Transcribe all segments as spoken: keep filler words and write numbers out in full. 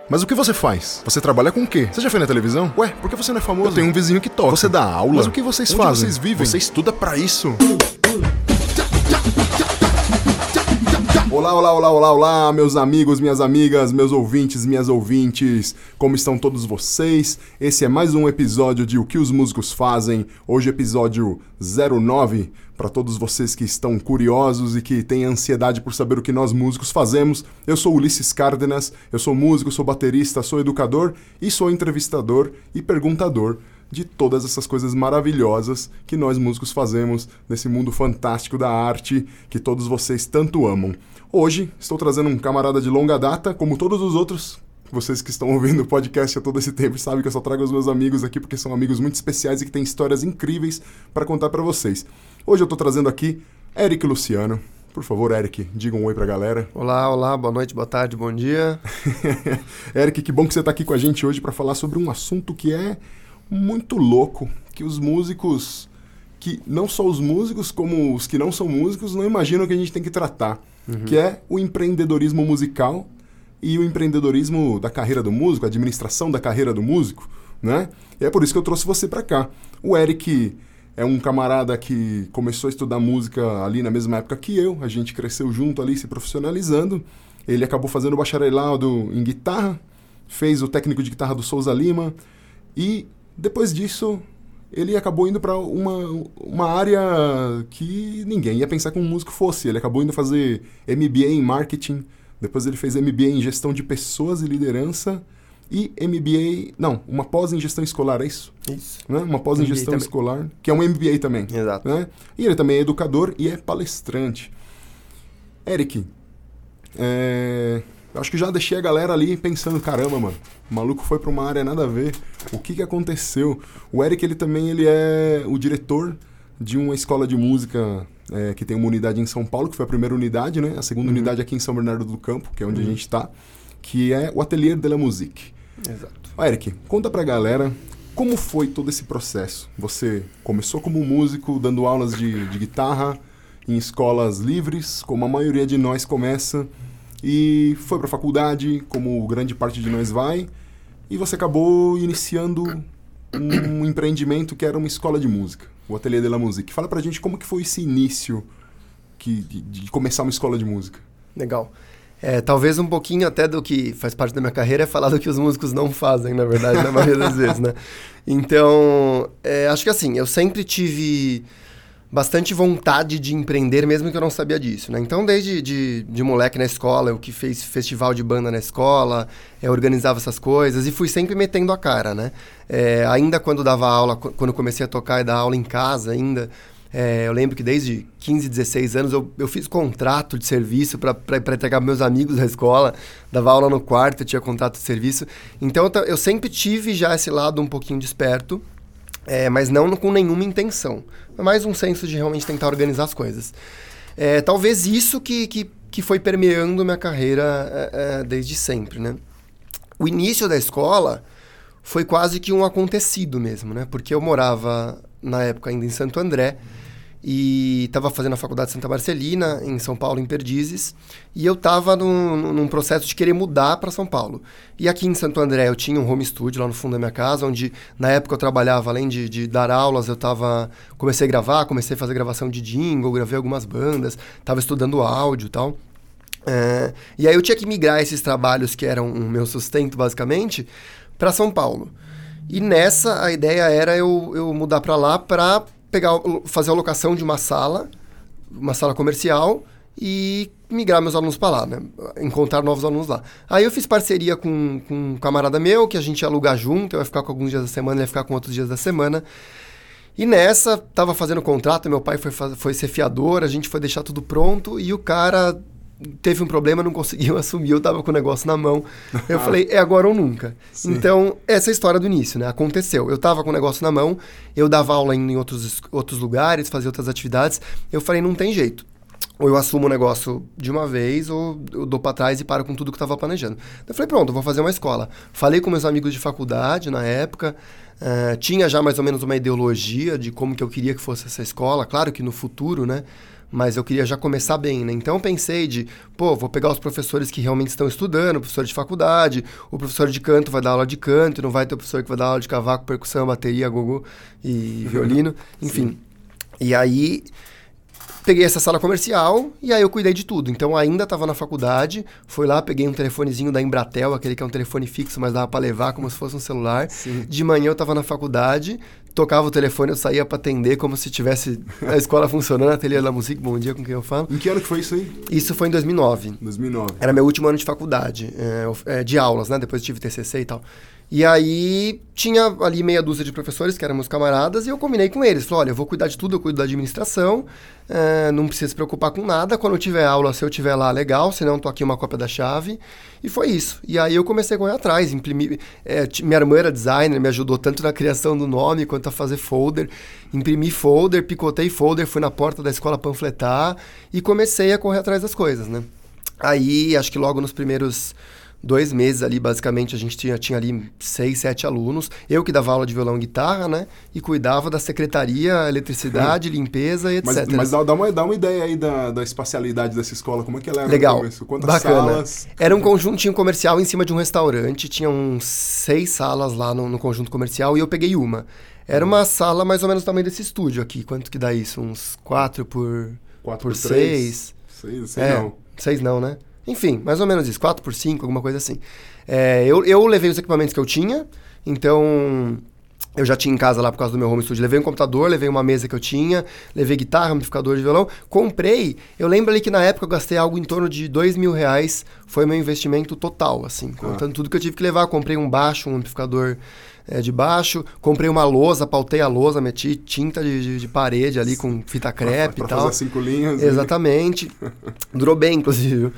Mas o que você faz? Você trabalha com o quê? Você já foi na televisão? Ué, por que você não é famoso? Eu tenho um vizinho que toca. Você dá aula? Mas o que vocês Onde fazem? Vocês vivem? Você estuda pra isso? Olá, olá, olá, olá, olá, meus amigos, minhas amigas, meus ouvintes, minhas ouvintes. Como estão todos vocês? Esse é mais um episódio de O que os músicos fazem. Hoje episódio zero nove. Para todos vocês que estão curiosos e que têm ansiedade por saber o que nós músicos fazemos. Eu sou Ulisses Cárdenas, eu sou músico, sou baterista, sou educador e sou entrevistador e perguntador de todas essas coisas maravilhosas que nós músicos fazemos nesse mundo fantástico da arte que todos vocês tanto amam. Hoje estou trazendo um camarada de longa data, como todos os outros. Vocês que estão ouvindo o podcast há todo esse tempo sabem que eu só trago os meus amigos aqui porque são amigos muito especiais e que têm histórias incríveis para contar para vocês. Hoje eu estou trazendo aqui Eric Luciano. Por favor, Eric, diga um oi pra galera. Olá, olá, boa noite, boa tarde, bom dia. Eric, que bom que você está aqui com a gente hoje para falar sobre um assunto que é muito louco, que os músicos, que não só os músicos, como os que não são músicos, não imaginam que a gente tem que tratar, uhum. que é o empreendedorismo musical e o empreendedorismo da carreira do músico, a administração da carreira do músico, né? E é por isso que eu trouxe você para cá. O Eric é um camarada que começou a estudar música ali na mesma época que eu, a gente cresceu junto ali, se profissionalizando. Ele acabou fazendo o bacharelado em guitarra, fez o técnico de guitarra do Souza Lima e depois disso ele acabou indo para uma, uma área que ninguém ia pensar que um músico fosse. Ele acabou indo fazer M B A em marketing, depois ele fez M B A em gestão de pessoas e liderança e M B A... Não, uma pós em gestão escolar, é isso? Isso. Né? Uma pós em gestão também. escolar, que é um M B A também. Exato. Né? E ele também é educador e é palestrante. Eric, é... eu acho que já deixei a galera ali pensando, caramba, mano, o maluco foi para uma área nada a ver. O que que aconteceu? O Eric, ele também ele é o diretor de uma escola de música é, que tem uma unidade em São Paulo, que foi a primeira unidade, né? A segunda uhum. unidade aqui em São Bernardo do Campo, que é onde uhum. a gente está, que é o Atelier de la Musique. Exato. Ó, Eric, conta pra galera como foi todo esse processo. Você começou como músico, dando aulas de, de guitarra em escolas livres, como a maioria de nós começa, e foi pra faculdade, como grande parte de nós vai, e você acabou iniciando um empreendimento que era uma escola de música, o Atelier de la Musique. Fala pra gente como que foi esse início que, de, de começar uma escola de música. Legal. É, talvez um pouquinho até do que faz parte da minha carreira é falar do que os músicos não fazem, na verdade, na maioria das vezes, né? Então, é, acho que assim, eu sempre tive bastante vontade de empreender, mesmo que eu não sabia disso, né? Então, desde de, de moleque na escola, eu que fiz festival de banda na escola, eu organizava essas coisas e fui sempre metendo a cara, né? É, ainda quando dava aula, quando comecei a tocar e dar aula em casa ainda, é, eu lembro que desde quinze, dezesseis anos eu, eu fiz contrato de serviço para entregar para meus amigos da escola, dava aula no quarto, eu tinha contrato de serviço. Então, eu, eu sempre tive já esse lado um pouquinho desperto, É, mas não com nenhuma intenção. É mais um senso de realmente tentar organizar as coisas. É, talvez isso que, que, que foi permeando minha carreira é, é, desde sempre, né? O início da escola foi quase que um acontecido mesmo, né? Porque eu morava, na época, ainda em Santo André, e estava fazendo a faculdade de Santa Marcelina, em São Paulo, em Perdizes, e eu estava num, num processo de querer mudar para São Paulo. E aqui em Santo André eu tinha um home studio lá no fundo da minha casa, onde na época eu trabalhava, além de, de dar aulas, eu tava, comecei a gravar, comecei a fazer gravação de jingle, gravei algumas bandas, estava estudando áudio e tal. É, e aí eu tinha que migrar esses trabalhos que eram o meu sustento, basicamente, para São Paulo. E nessa, a ideia era eu, eu mudar para lá para pegar, fazer a locação de uma sala, uma sala comercial e migrar meus alunos para lá, né? Encontrar novos alunos lá. Aí eu fiz parceria com, com um camarada meu, que a gente ia alugar junto, eu ia ficar com alguns dias da semana, ele ia ficar com outros dias da semana. E nessa, tava fazendo contrato, meu pai foi, foi ser fiador, a gente foi deixar tudo pronto e o cara teve um problema, não conseguiu assumir, eu tava com o negócio na mão. Eu falei, é agora ou nunca. Sim. Então, essa é a história do início, né? Aconteceu. Eu tava com o negócio na mão, eu dava aula em outros, outros lugares, fazia outras atividades. Eu falei, não tem jeito. Ou eu assumo o negócio de uma vez, ou eu dou pra trás e paro com tudo que eu tava planejando. Eu falei, pronto, eu vou fazer uma escola. Falei com meus amigos de faculdade na época, Uh, tinha já mais ou menos uma ideologia de como que eu queria que fosse essa escola. Claro que no futuro, né? Mas eu queria já começar bem, né? Então eu pensei de, pô, vou pegar os professores que realmente estão estudando, o professor de faculdade, o professor de canto vai dar aula de canto, não vai ter o professor que vai dar aula de cavaco, percussão, bateria, gogô e violino, enfim. E aí peguei essa sala comercial e aí eu cuidei de tudo. Então, ainda estava na faculdade, fui lá, peguei um telefonezinho da Embratel, aquele que é um telefone fixo, mas dava para levar como se fosse um celular. Sim. De manhã eu estava na faculdade, tocava o telefone, eu saía para atender como se tivesse a escola funcionando, a Ateliê da Música, bom dia com quem eu falo. Em que ano que foi isso aí? Isso foi em dois mil e nove. dois mil e nove. Era meu último ano de faculdade, é, de aulas, né? Depois tive T C C e tal. E aí, tinha ali meia dúzia de professores, que eram meus camaradas, e eu combinei com eles. Falei, olha, eu vou cuidar de tudo, eu cuido da administração, é, não precisa se preocupar com nada. Quando eu tiver aula, se eu tiver lá, legal, senão tô aqui uma cópia da chave. E foi isso. E aí eu comecei a correr atrás, imprimir... É, minha irmã era designer, me ajudou tanto na criação do nome, quanto a fazer folder. Imprimi folder, picotei folder, fui na porta da escola panfletar e comecei a correr atrás das coisas, né? Aí, acho que logo nos primeiros... Dois meses ali, basicamente, a gente tinha, tinha ali seis, sete alunos. Eu que dava aula de violão e guitarra, né? E cuidava da secretaria, eletricidade, limpeza e etcétera. Mas, mas dá, dá, uma, dá uma ideia aí da, da espacialidade dessa escola. Como é que ela era? Legal. No começo? Quantas Bacana. salas? Era um conjuntinho comercial em cima de um restaurante. Tinha uns seis salas lá no, no conjunto comercial e eu peguei uma. Era uma sala mais ou menos do tamanho desse estúdio aqui. Quanto que dá isso? Uns quatro por, quatro por por seis? Seis, sei é, não. Seis não, né? Enfim, mais ou menos isso, quatro por cinco, alguma coisa assim. É, eu, eu levei os equipamentos que eu tinha, então eu já tinha em casa lá por causa do meu home studio. Levei um computador, levei uma mesa que eu tinha, levei guitarra, amplificador de violão. Comprei, eu lembro ali que na época eu gastei algo em torno de dois mil reais, foi meu investimento total, assim, contando ah. tudo que eu tive que levar. Comprei um baixo, um amplificador é, de baixo, comprei uma lousa, pautei a lousa, meti tinta de, de, de parede ali com fita crepe pra, pra e tal. Fazer cinco linhas. Exatamente. E... Durou bem, inclusive.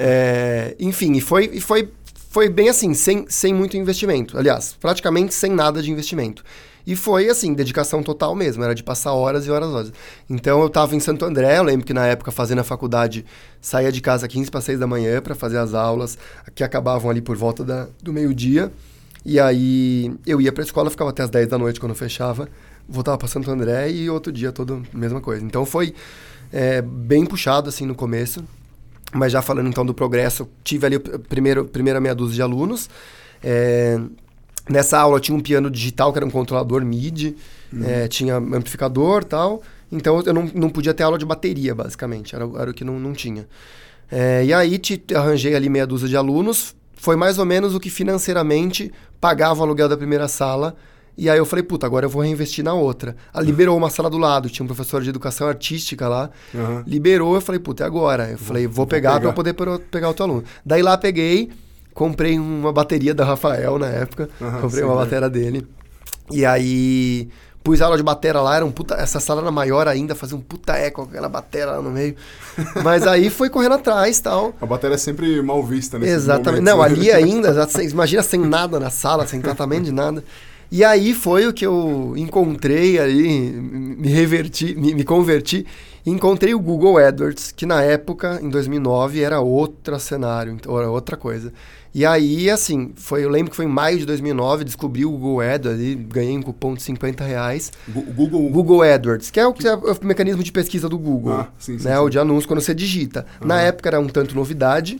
É, enfim, e foi... E foi Foi bem assim, sem, sem muito investimento. Aliás, praticamente sem nada de investimento. E foi assim, dedicação total mesmo. Era de passar horas e horas e horas. Então, eu estava em Santo André. Eu lembro que na época, fazendo a faculdade, saía de casa quinze para seis da manhã para fazer as aulas, que acabavam ali por volta da, do meio-dia. E aí, eu ia para a escola, ficava até as dez da noite quando fechava. Voltava para Santo André e outro dia toda a mesma coisa. Então, foi é, bem puxado assim no começo. Mas já falando então do progresso, tive ali a primeira, primeira meia dúzia de alunos. É, nessa aula tinha um piano digital, que era um controlador M I D I, uhum. é, tinha amplificador e tal. Então eu não, não podia ter aula de bateria, basicamente, era, era o que não, não tinha. É, e aí te, arranjei ali meia dúzia de alunos, foi mais ou menos o que financeiramente pagava o aluguel da primeira sala. E aí eu falei, puta, agora eu vou reinvestir na outra. Ela liberou uma sala do lado, tinha um professor de educação artística lá, uhum. liberou, eu falei, puta, é agora. Eu vou, falei, vou, vou pegar, pegar. para poder pegar o teu aluno. Daí lá peguei, comprei uma bateria da Rafael na época, uhum, comprei uma bateria dele. E aí pus aula de bateria lá, era um puta, essa sala era maior ainda, fazia um puta eco com aquela bateria lá no meio. Mas aí foi correndo atrás e tal. A bateria é sempre mal vista nesse Exatamente. momentos, Não, né? ali ainda, já, imagina sem nada na sala, sem tratamento de nada. E aí foi o que eu encontrei ali, me reverti, me, me converti, e encontrei o Google AdWords, que na época, em dois mil e nove, era outro cenário, era outra coisa. E aí, assim, foi, eu lembro que foi em maio de dois mil e nove, descobri o Google AdWords, ali, ganhei um cupom de cinquenta reais. Google... Google AdWords, que é o, que é o mecanismo de pesquisa do Google, ah, sim, sim, né, sim. o de anúncio quando você digita. Uhum. Na época era um tanto novidade.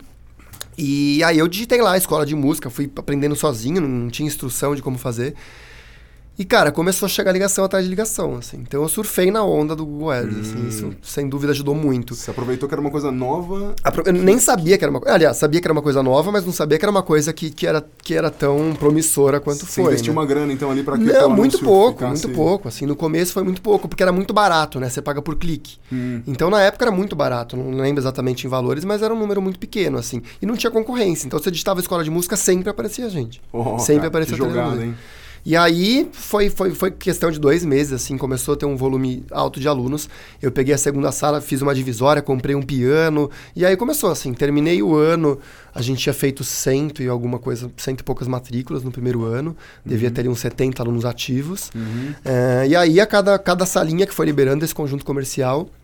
E aí eu digitei lá a escola de música, fui aprendendo sozinho, não tinha instrução de como fazer. E, cara, começou a chegar ligação atrás de ligação, assim. Então eu surfei na onda do Google Ads, hum. assim, isso sem dúvida ajudou muito. Você aproveitou que era uma coisa nova? Apro... Eu nem sabia que era uma coisa... Aliás, sabia que era uma coisa nova, mas não sabia que era uma coisa que, que, era, que era tão promissora quanto Você foi. Você investiu né? uma grana, então, ali pra que Não, muito pouco, ficasse... muito pouco. Assim, no começo foi muito pouco, porque era muito barato, né? Você paga por clique. Hum. Então, na época era muito barato. Não lembro exatamente em valores, mas era um número muito pequeno, assim. E não tinha concorrência. Então, você digitava a escola de música, sempre aparecia gente. Oh, sempre cara, aparecia que jogada, hein? E aí, foi, foi, foi questão de dois meses, assim, começou a ter um volume alto de alunos. Eu peguei a segunda sala, fiz uma divisória, comprei um piano, e aí começou, assim, terminei o ano, a gente tinha feito cento e alguma coisa, cento e poucas matrículas no primeiro ano, uhum. devia ter ali uns setenta alunos ativos. Uhum. É, e aí, a cada, cada salinha que foi liberando esse conjunto comercial,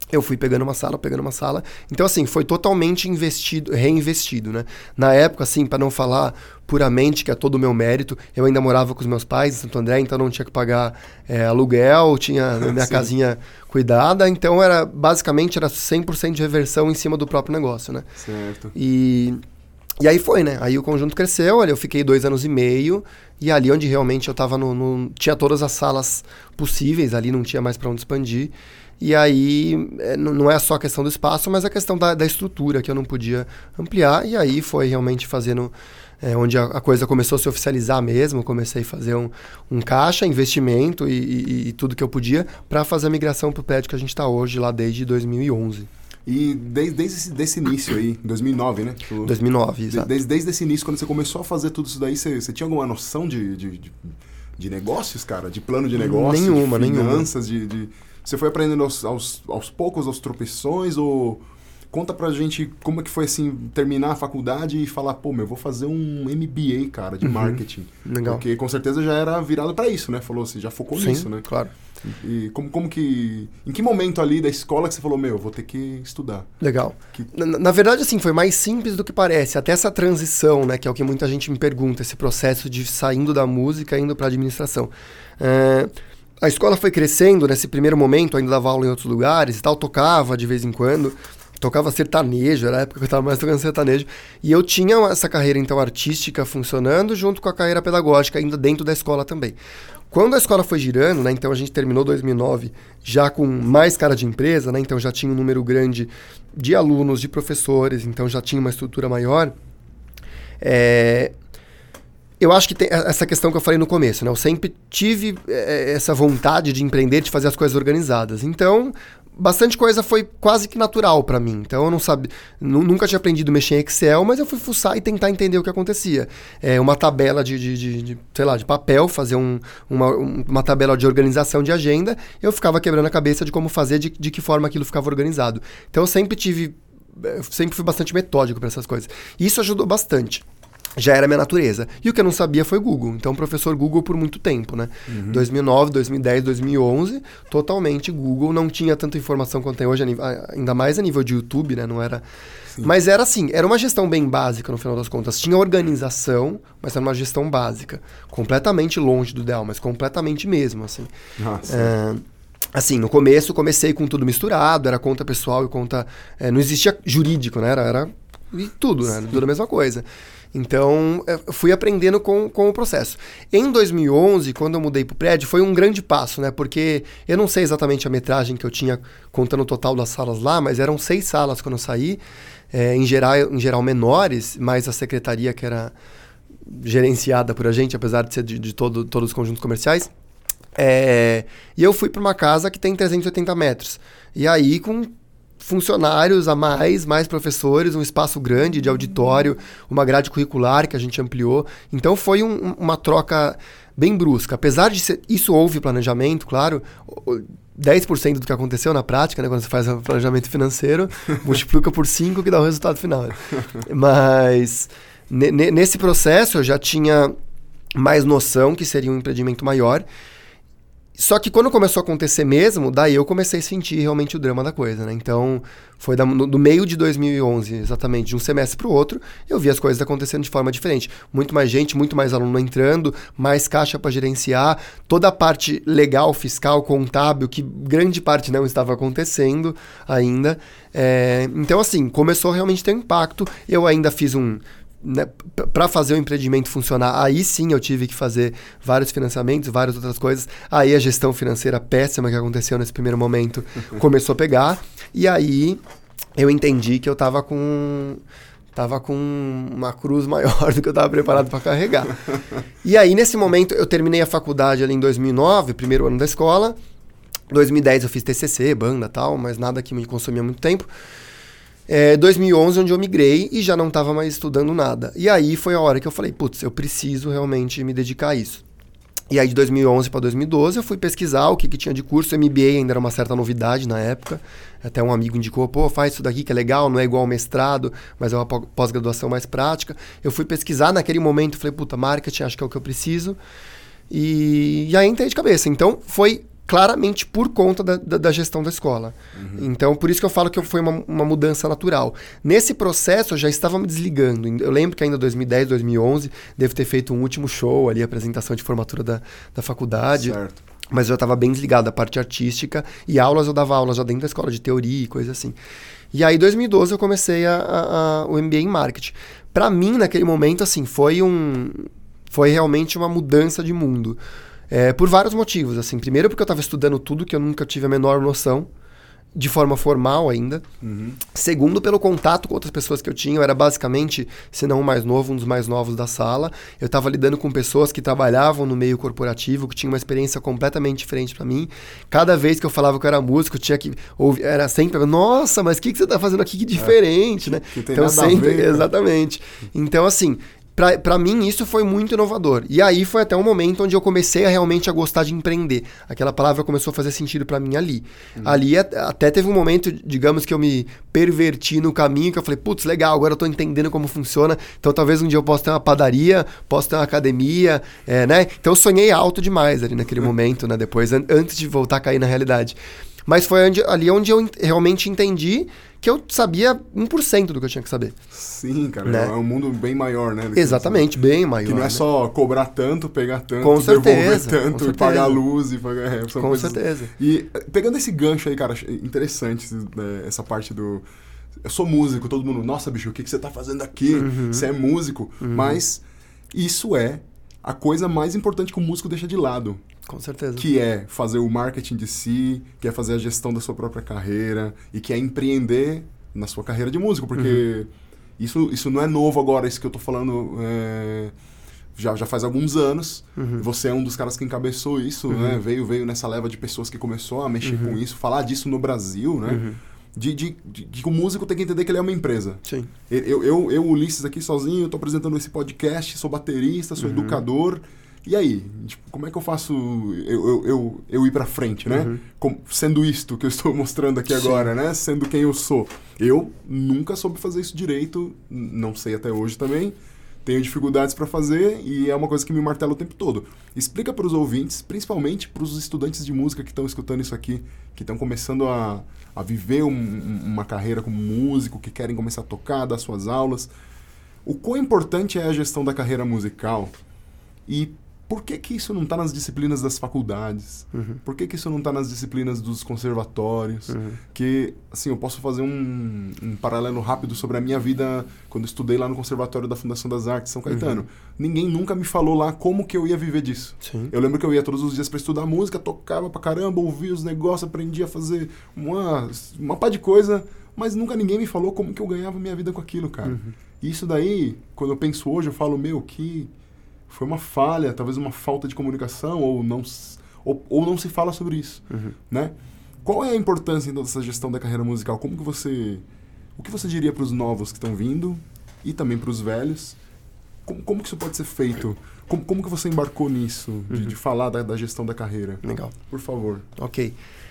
eu fui pegando uma sala, pegando uma sala. Então, assim, foi totalmente investido, reinvestido, né? Na época, assim, para não falar puramente que é todo o meu mérito, eu ainda morava com os meus pais em Santo André, então não tinha que pagar é, aluguel, tinha minha casinha cuidada, então era, basicamente, era cem por cento de reversão em cima do próprio negócio, né? Certo. E... E aí foi, né? Aí o conjunto cresceu, ali eu fiquei dois anos e meio, e ali onde realmente eu tava no, no... Tinha todas as salas possíveis, ali não tinha mais para onde expandir. E aí é, não é só a questão do espaço, mas a questão da, da estrutura, que eu não podia ampliar. E aí foi realmente fazendo... É, onde a, a coisa começou a se oficializar mesmo, comecei a fazer um, um caixa, investimento e, e, e tudo que eu podia para fazer a migração para o prédio que a gente está hoje, lá desde dois mil e onze. E desde, desde esse desse início aí, dois mil e nove, né? Tipo, dois mil e nove, exato. Desde, desde esse início, quando você começou a fazer tudo isso daí, você, você tinha alguma noção de, de, de, de negócios, cara? De plano de negócio? Nenhuma, de finanças, nenhuma. De, de... Você foi aprendendo aos, aos, aos poucos, aos tropeções? Ou conta pra gente como é que foi, assim, terminar a faculdade e falar, pô, meu, eu vou fazer um M B A, cara, de uhum. marketing. Legal. Porque com certeza já era virado pra isso, né? Falou, você já focou Sim, nisso, né? Claro. E como, como que... Em que momento ali da escola que você falou, meu, vou ter que estudar? Legal. Que... Na, na verdade, assim, foi mais simples do que parece. Até essa transição, né, que é o que muita gente me pergunta, esse processo de saindo da música e indo para administração. É, a escola foi crescendo nesse primeiro momento, ainda dava aula em outros lugares e tal, tocava de vez em quando. Tocava sertanejo, era a época que eu estava mais tocando sertanejo. E eu tinha essa carreira, então, artística funcionando junto com a carreira pedagógica, ainda dentro da escola também. Quando a escola foi girando, né, então a gente terminou dois mil e nove já com mais cara de empresa, né, então já tinha um número grande de alunos, de professores, então já tinha uma estrutura maior. É, eu acho que tem essa questão que eu falei no começo, né, eu sempre tive é, essa vontade de empreender, de fazer as coisas organizadas. Então, bastante coisa foi quase que natural para mim. Então eu não sabia, nunca tinha aprendido a mexer em Excel, mas eu fui fuçar e tentar entender o que acontecia. É, uma tabela de, de, de, de, sei lá, de papel, fazer um, uma, uma tabela de organização de agenda, eu ficava quebrando a cabeça de como fazer, de, de que forma aquilo ficava organizado. Então eu sempre tive, eu sempre fui bastante metódico para essas coisas. E isso ajudou bastante. Já era minha natureza. E o que eu não sabia foi Google. Então, professor Google por muito tempo, né? Uhum. dois mil e nove, dois mil e dez, dois mil e onze, totalmente Google. Não tinha tanta informação quanto tem hoje, ainda mais a nível de YouTube, né? Não era... Sim. Mas era assim, era uma gestão bem básica no final das contas. Tinha organização, mas era uma gestão básica. Completamente longe do ideal, mas completamente mesmo, assim. Nossa. É... Assim, no começo, comecei com tudo misturado, era conta pessoal e conta... É, não existia jurídico, né? Era, era e tudo, né? Tudo a mesma coisa. Então, eu fui aprendendo com, com o processo. Em dois mil e onze, quando eu mudei para o prédio, foi um grande passo, né? Porque eu não sei exatamente a metragem que eu tinha contando o total das salas lá, mas eram seis salas quando eu saí, é, em, geral, em geral menores, mais a secretaria que era gerenciada por a gente, apesar de ser de, de todo, todos os conjuntos comerciais. É, e eu fui para uma casa que tem trezentos e oitenta metros. E aí, com funcionários a mais, mais professores, um espaço grande de auditório, uma grade curricular que a gente ampliou. Então foi um, uma troca bem brusca. Apesar de ser, isso houve planejamento, claro, dez por cento do que aconteceu na prática, né, quando você faz o planejamento financeiro, multiplica por cinco que dá o resultado final. Mas ne, nesse processo eu já tinha mais noção que seria um empreendimento maior. Só que quando começou a acontecer mesmo, daí eu comecei a sentir realmente o drama da coisa, né? Então, foi da, no, do meio de dois mil e onze, exatamente, de um semestre para o outro, eu vi as coisas acontecendo de forma diferente. Muito mais gente, muito mais aluno entrando, mais caixa para gerenciar, toda a parte legal, fiscal, contábil, que grande parte não estava acontecendo ainda. É, então, assim, começou realmente a ter um impacto. Eu ainda fiz um... Né, para fazer o empreendimento funcionar, aí sim eu tive que fazer vários financiamentos, várias outras coisas. Aí a gestão financeira péssima que aconteceu nesse primeiro momento começou a pegar. E aí eu entendi que eu tava com... Tava com uma cruz maior do que eu estava preparado para carregar. E aí, nesse momento, eu terminei a faculdade ali em dois mil e nove, primeiro ano da escola. Em dois mil e dez eu fiz T C C, banda e tal, mas nada que me consumia muito tempo. É, dois mil e onze, onde eu migrei e já não estava mais estudando nada. E aí foi a hora que eu falei, putz, eu preciso realmente me dedicar a isso. E aí de dois mil e onze para dois mil e doze eu fui pesquisar o que, que tinha de curso. M B A ainda era uma certa novidade na época. Até um amigo indicou, pô, faz isso daqui que é legal, não é igual ao mestrado, mas é uma pós-graduação mais prática. Eu fui pesquisar naquele momento, falei, puta, marketing, acho que é o que eu preciso. E, e aí entrei de cabeça. Então foi claramente por conta da, da, da gestão da escola. Uhum. Então, por isso que eu falo que foi uma, uma mudança natural. Nesse processo, eu já estava me desligando. Eu lembro que ainda em dois mil e dez, dois mil e onze, devo ter feito um último show ali, apresentação de formatura da, da faculdade. Certo. Mas eu já estava bem desligado da parte artística. E aulas, eu dava aulas já dentro da escola, de teoria e coisa assim. E aí, em dois mil e doze, eu comecei a, a, a, o M B A em Marketing. Para mim, naquele momento, assim, foi um... Foi realmente uma mudança de mundo. É, por vários motivos, assim. Primeiro porque eu estava estudando tudo que eu nunca tive a menor noção, de forma formal ainda. Uhum. Segundo, pelo contato com outras pessoas que eu tinha. Eu era basicamente, se não o mais novo, um dos mais novos da sala. Eu estava lidando com pessoas que trabalhavam no meio corporativo, que tinham uma experiência completamente diferente para mim. Cada vez que eu falava que eu era músico, eu tinha que ouvir, era sempre, nossa, mas o que, que você está fazendo aqui? Que diferente, é, né? Que tem então, nada sempre, a ver, exatamente. Então, assim... Pra, pra mim, isso foi muito inovador. E aí foi até um momento onde eu comecei a realmente a gostar de empreender. Aquela palavra começou a fazer sentido pra mim ali. Uhum. Ali até teve um momento, digamos, que eu me perverti no caminho, que eu falei, putz, legal, agora eu tô entendendo como funciona. Então talvez um dia eu possa ter uma padaria, possa ter uma academia, é, né? Então eu sonhei alto demais ali naquele uhum. momento, né? Depois, an- antes de voltar a cair na realidade. Mas foi onde, ali onde eu realmente entendi que eu sabia um por cento do que eu tinha que saber. Sim, cara. Né? É um mundo bem maior, né? Exatamente, bem maior. Que não é né? só cobrar tanto, pegar tanto, com devolver certeza, tanto, com e pagar a luz e pagar... É, são com coisas... certeza. E pegando esse gancho aí, cara, interessante né, essa parte do... Eu sou músico, todo mundo... Nossa, bicho, o que, que você tá fazendo aqui? Uhum. Você é músico. Uhum. Mas isso é a coisa mais importante que o músico deixa de lado. Com certeza. Que é fazer o marketing de si, que é fazer a gestão da sua própria carreira e que é empreender na sua carreira de músico, porque uhum. isso, isso não é novo agora, isso que eu tô falando é, já, já faz alguns anos. Uhum. Você é um dos caras que encabeçou isso, uhum. né? Veio, veio nessa leva de pessoas que começou a mexer uhum. com isso, falar disso no Brasil, né? Uhum. De, de, de, de que o músico tem que entender que ele é uma empresa. Sim. Eu, eu, eu Ulisses, aqui sozinho, tô apresentando esse podcast, sou baterista, sou uhum. educador. E aí, tipo, como é que eu faço eu, eu, eu, eu ir pra frente, né? Uhum. Como, sendo isto que eu estou mostrando aqui Sim. agora, né? Sendo quem eu sou. Eu nunca soube fazer isso direito, não sei até hoje também. Tenho dificuldades para fazer e é uma coisa que me martela o tempo todo. Explica para os ouvintes, principalmente para os estudantes de música que estão escutando isso aqui, que estão começando a, a viver um, uma carreira como músico, que querem começar a tocar, dar suas aulas. O quão importante é a gestão da carreira musical e por que que isso não está nas disciplinas das faculdades? Uhum. Por que que isso não está nas disciplinas dos conservatórios? Uhum. Que, assim, eu posso fazer um, um paralelo rápido sobre a minha vida quando eu estudei lá no Conservatório da Fundação das Artes, São Caetano. Uhum. Ninguém nunca me falou lá como que eu ia viver disso. Sim. Eu lembro que eu ia todos os dias para estudar música, tocava pra caramba, ouvia os negócios, aprendia a fazer uma, uma pá de coisa, mas nunca ninguém me falou como que eu ganhava minha vida com aquilo, cara. Uhum. E isso daí, quando eu penso hoje, eu falo, meu, que... Foi uma falha, talvez uma falta de comunicação, ou não, ou, ou não se fala sobre isso, uhum. né? Qual é a importância, então, dessa gestão da carreira musical? Como que você... O que você diria para os novos que estão vindo e também para os velhos? Como, como que isso pode ser feito? Como, como que você embarcou nisso, uhum. de, de falar da, da gestão da carreira? Legal. Por favor. Ok.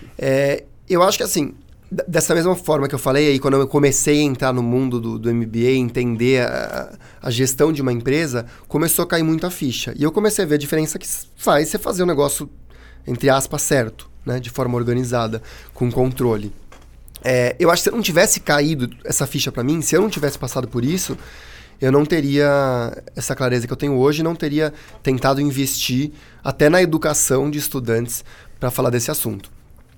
É, eu acho que, assim... Dessa mesma forma que eu falei aí, quando eu comecei a entrar no mundo do, do M B A, entender a, a gestão de uma empresa, começou a cair muito a ficha. E eu comecei a ver a diferença que faz você fazer o negócio, entre aspas, certo, né? De forma organizada, com controle. É, eu acho que se eu não tivesse caído essa ficha para mim, se eu não tivesse passado por isso, eu não teria essa clareza que eu tenho hoje, não teria tentado investir até na educação de estudantes para falar desse assunto.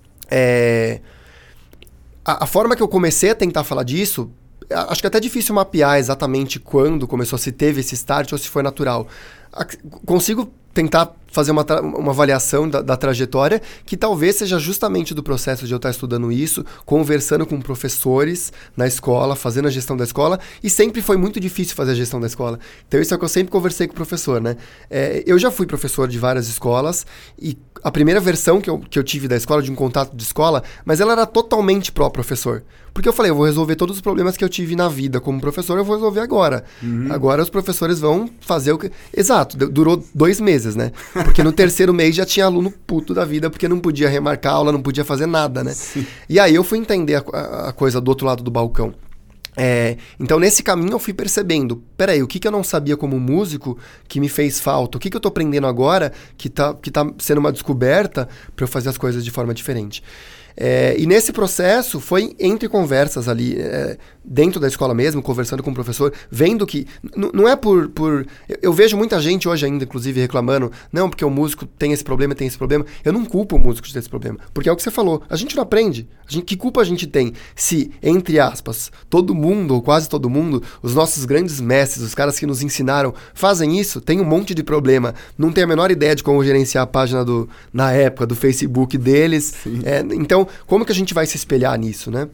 É... A, a forma que eu comecei a tentar falar disso, acho que é até difícil mapear exatamente quando começou, se teve esse start ou se foi natural. A, consigo tentar fazer uma, tra- uma avaliação da, da trajetória, que talvez seja justamente do processo de eu estar estudando isso, conversando com professores na escola, fazendo a gestão da escola, e sempre foi muito difícil fazer a gestão da escola. Então isso é o que eu sempre conversei com o professor, né? É, eu já fui professor de várias escolas, e a primeira versão que eu, que eu tive da escola, de um contato de escola, mas ela era totalmente pró-professor. Porque eu falei, eu vou resolver todos os problemas que eu tive na vida como professor, eu vou resolver agora. Uhum. Agora os professores vão fazer o que... Exato, durou dois meses, né? Porque no terceiro mês já tinha aluno puto da vida, porque não podia remarcar aula, não podia fazer nada, né? Sim. E aí eu fui entender a, a, a coisa do outro lado do balcão. É, então, nesse caminho, eu fui percebendo, peraí, o que, que eu não sabia como músico que me fez falta? O que, que eu tô aprendendo agora que tá, que tá sendo uma descoberta para eu fazer as coisas de forma diferente? É, e nesse processo, foi entre conversas ali, é, dentro da escola mesmo, conversando com o professor, vendo que... N- não é por... por eu, eu vejo muita gente hoje ainda, inclusive, reclamando, não, porque o músico tem esse problema, tem esse problema. Eu não culpo o músico de ter esse problema, porque é o que você falou, a gente não aprende. A gente, que culpa a gente tem se, entre aspas, todo mundo, ou quase todo mundo, os nossos grandes mestres, os caras que nos ensinaram, fazem isso, tem um monte de problema, não tem a menor ideia de como gerenciar a página do, na época, do Facebook deles. É, então, como que a gente vai se espelhar nisso, né?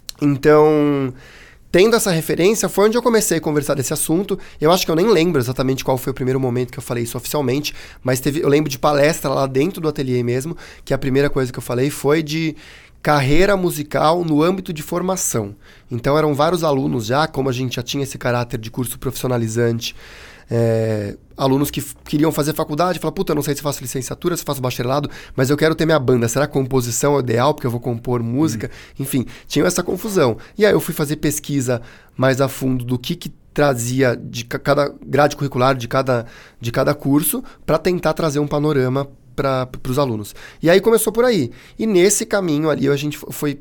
Então, tendo essa referência, foi onde eu comecei a conversar desse assunto. Eu acho que eu nem lembro exatamente qual foi o primeiro momento que eu falei isso oficialmente, mas teve, eu lembro de palestra lá dentro do ateliê mesmo, que a primeira coisa que eu falei foi de carreira musical no âmbito de formação. Então, eram vários alunos já, como a gente já tinha esse caráter de curso profissionalizante, É, alunos que f- queriam fazer faculdade, falaram, puta, eu não sei se faço licenciatura, se faço bacharelado, mas eu quero ter minha banda, será que composição é o ideal, porque eu vou compor música? Uhum. Enfim, tinha essa confusão. E aí eu fui fazer pesquisa mais a fundo do que que trazia de ca- cada grade curricular, de cada, de cada curso, para tentar trazer um panorama para os alunos. E aí começou por aí. E nesse caminho ali a gente foi...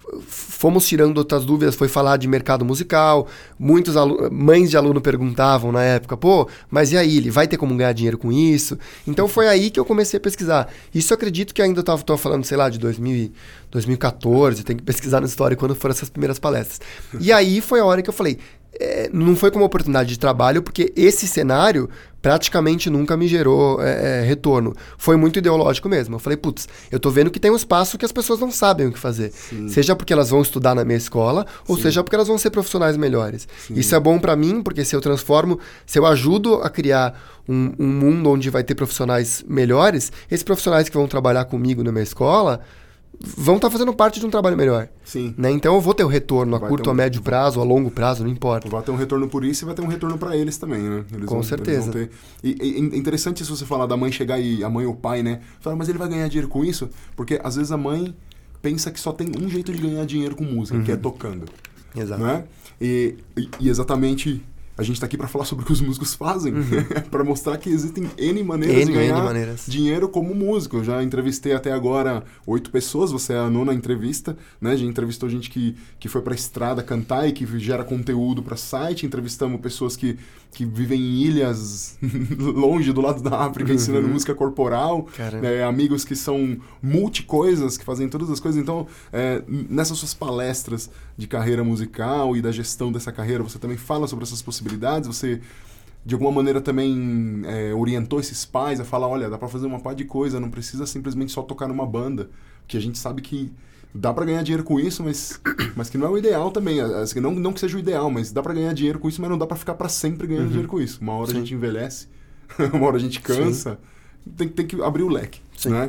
fomos tirando outras dúvidas, foi falar de mercado musical, muitos alu- mães de aluno perguntavam na época, pô, mas e aí, ele vai ter como ganhar dinheiro com isso? Então foi aí que eu comecei a pesquisar. Isso eu acredito que ainda estava falando, sei lá, de dois mil, dois mil e quatorze, tem que pesquisar na história quando foram essas primeiras palestras. E aí foi a hora que eu falei, é, não foi como oportunidade de trabalho, porque esse cenário praticamente nunca me gerou é, é, retorno. Foi muito ideológico mesmo. Eu falei, putz, eu tô vendo que tem um espaço que as pessoas não sabem o que fazer. Sim. Seja porque elas vão estudar na minha escola, ou Sim. seja porque elas vão ser profissionais melhores. Sim. Isso é bom pra mim, porque se eu transformo, se eu ajudo a criar um, um mundo onde vai ter profissionais melhores, esses profissionais que vão trabalhar comigo na minha escola vão estar tá fazendo parte de um trabalho melhor. Sim. Né? Então eu vou ter o retorno a vai curto, um... a médio prazo, a longo prazo, não importa. Vai ter um retorno por isso e vai ter um retorno para eles também, né? Eles Com vão, certeza. Eles vão ter... e, e é interessante se você falar da mãe chegar e a mãe ou o pai, né? Falar, mas ele vai ganhar dinheiro com isso? Porque às vezes a mãe pensa que só tem um jeito de ganhar dinheiro com música, uhum. que é tocando. Exato. Né? E, e, e exatamente... A gente está aqui para falar sobre o que os músicos fazem, uhum. para mostrar que existem N maneiras N, de ganhar N maneiras. dinheiro como músico. Eu já entrevistei até agora oito pessoas, você é a nona entrevista, né? Já entrevistou gente que, que foi para a estrada cantar e que gera conteúdo para site, entrevistamos pessoas que, que vivem em ilhas longe, do lado da África, uhum. ensinando música corporal, né? Amigos que são multicoisas, que fazem todas as coisas. Então, é, nessas suas palestras de carreira musical e da gestão dessa carreira, você também fala sobre essas possibilidades. Você, de alguma maneira, também é, orientou esses pais a falar, olha, dá pra fazer uma par de coisa, não precisa simplesmente só tocar numa banda, que a gente sabe que dá pra ganhar dinheiro com isso, mas, mas que não é o ideal também, assim, não, não que seja o ideal, mas dá pra ganhar dinheiro com isso, mas não dá pra ficar pra sempre ganhando uhum. dinheiro com isso. Uma hora Sim. a gente envelhece, uma hora a gente cansa, tem, tem que abrir o leque, Sim. né?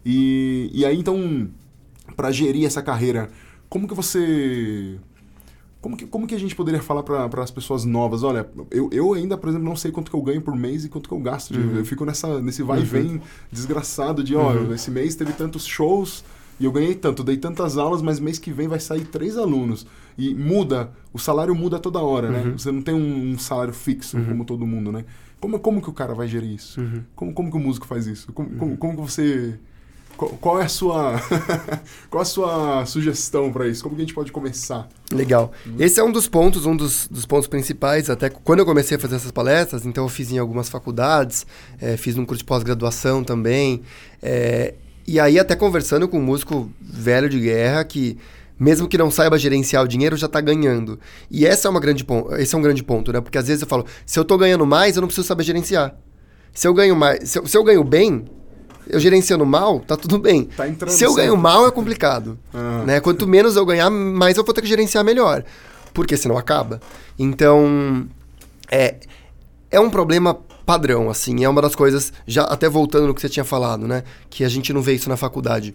E, e aí, então, pra gerir essa carreira, como que você... Como que, como que a gente poderia falar para as pessoas novas? Olha, eu, eu ainda, por exemplo, não sei quanto que eu ganho por mês e quanto que eu gasto. Uhum. Eu fico nessa, nesse vai e vem uhum. desgraçado de, ó, uhum. esse mês teve tantos shows e eu ganhei tanto, dei tantas aulas, mas mês que vem vai sair três alunos. E muda, o salário muda toda hora, uhum. né? Você não tem um, um salário fixo, uhum. como todo mundo, né? Como, como que o cara vai gerir isso? Uhum. Como, como que o músico faz isso? Como, uhum. como, como que você... Qual, qual é a sua qual a sua sugestão para isso? Como que a gente pode começar? Legal. Esse é um dos pontos, um dos, dos pontos principais, até quando eu comecei a fazer essas palestras, então eu fiz em algumas faculdades, é, fiz num curso de pós-graduação também, é, e aí até conversando com um músico velho de guerra que, mesmo que não saiba gerenciar o dinheiro, já está ganhando. E essa é uma grande pon- esse é um grande ponto, né? Porque às vezes eu falo, se eu estou ganhando mais, eu não preciso saber gerenciar. Se eu ganho mais, se eu, se eu ganho bem... Eu gerenciando mal, tá tudo bem. Tá entrando Se eu certo. ganho mal, é complicado. Ah. Né? Quanto menos eu ganhar, mais eu vou ter que gerenciar melhor. Porque senão acaba. Então, é, é um problema padrão, assim. É uma das coisas, já até voltando no que você tinha falado, né? Que a gente não vê isso na faculdade.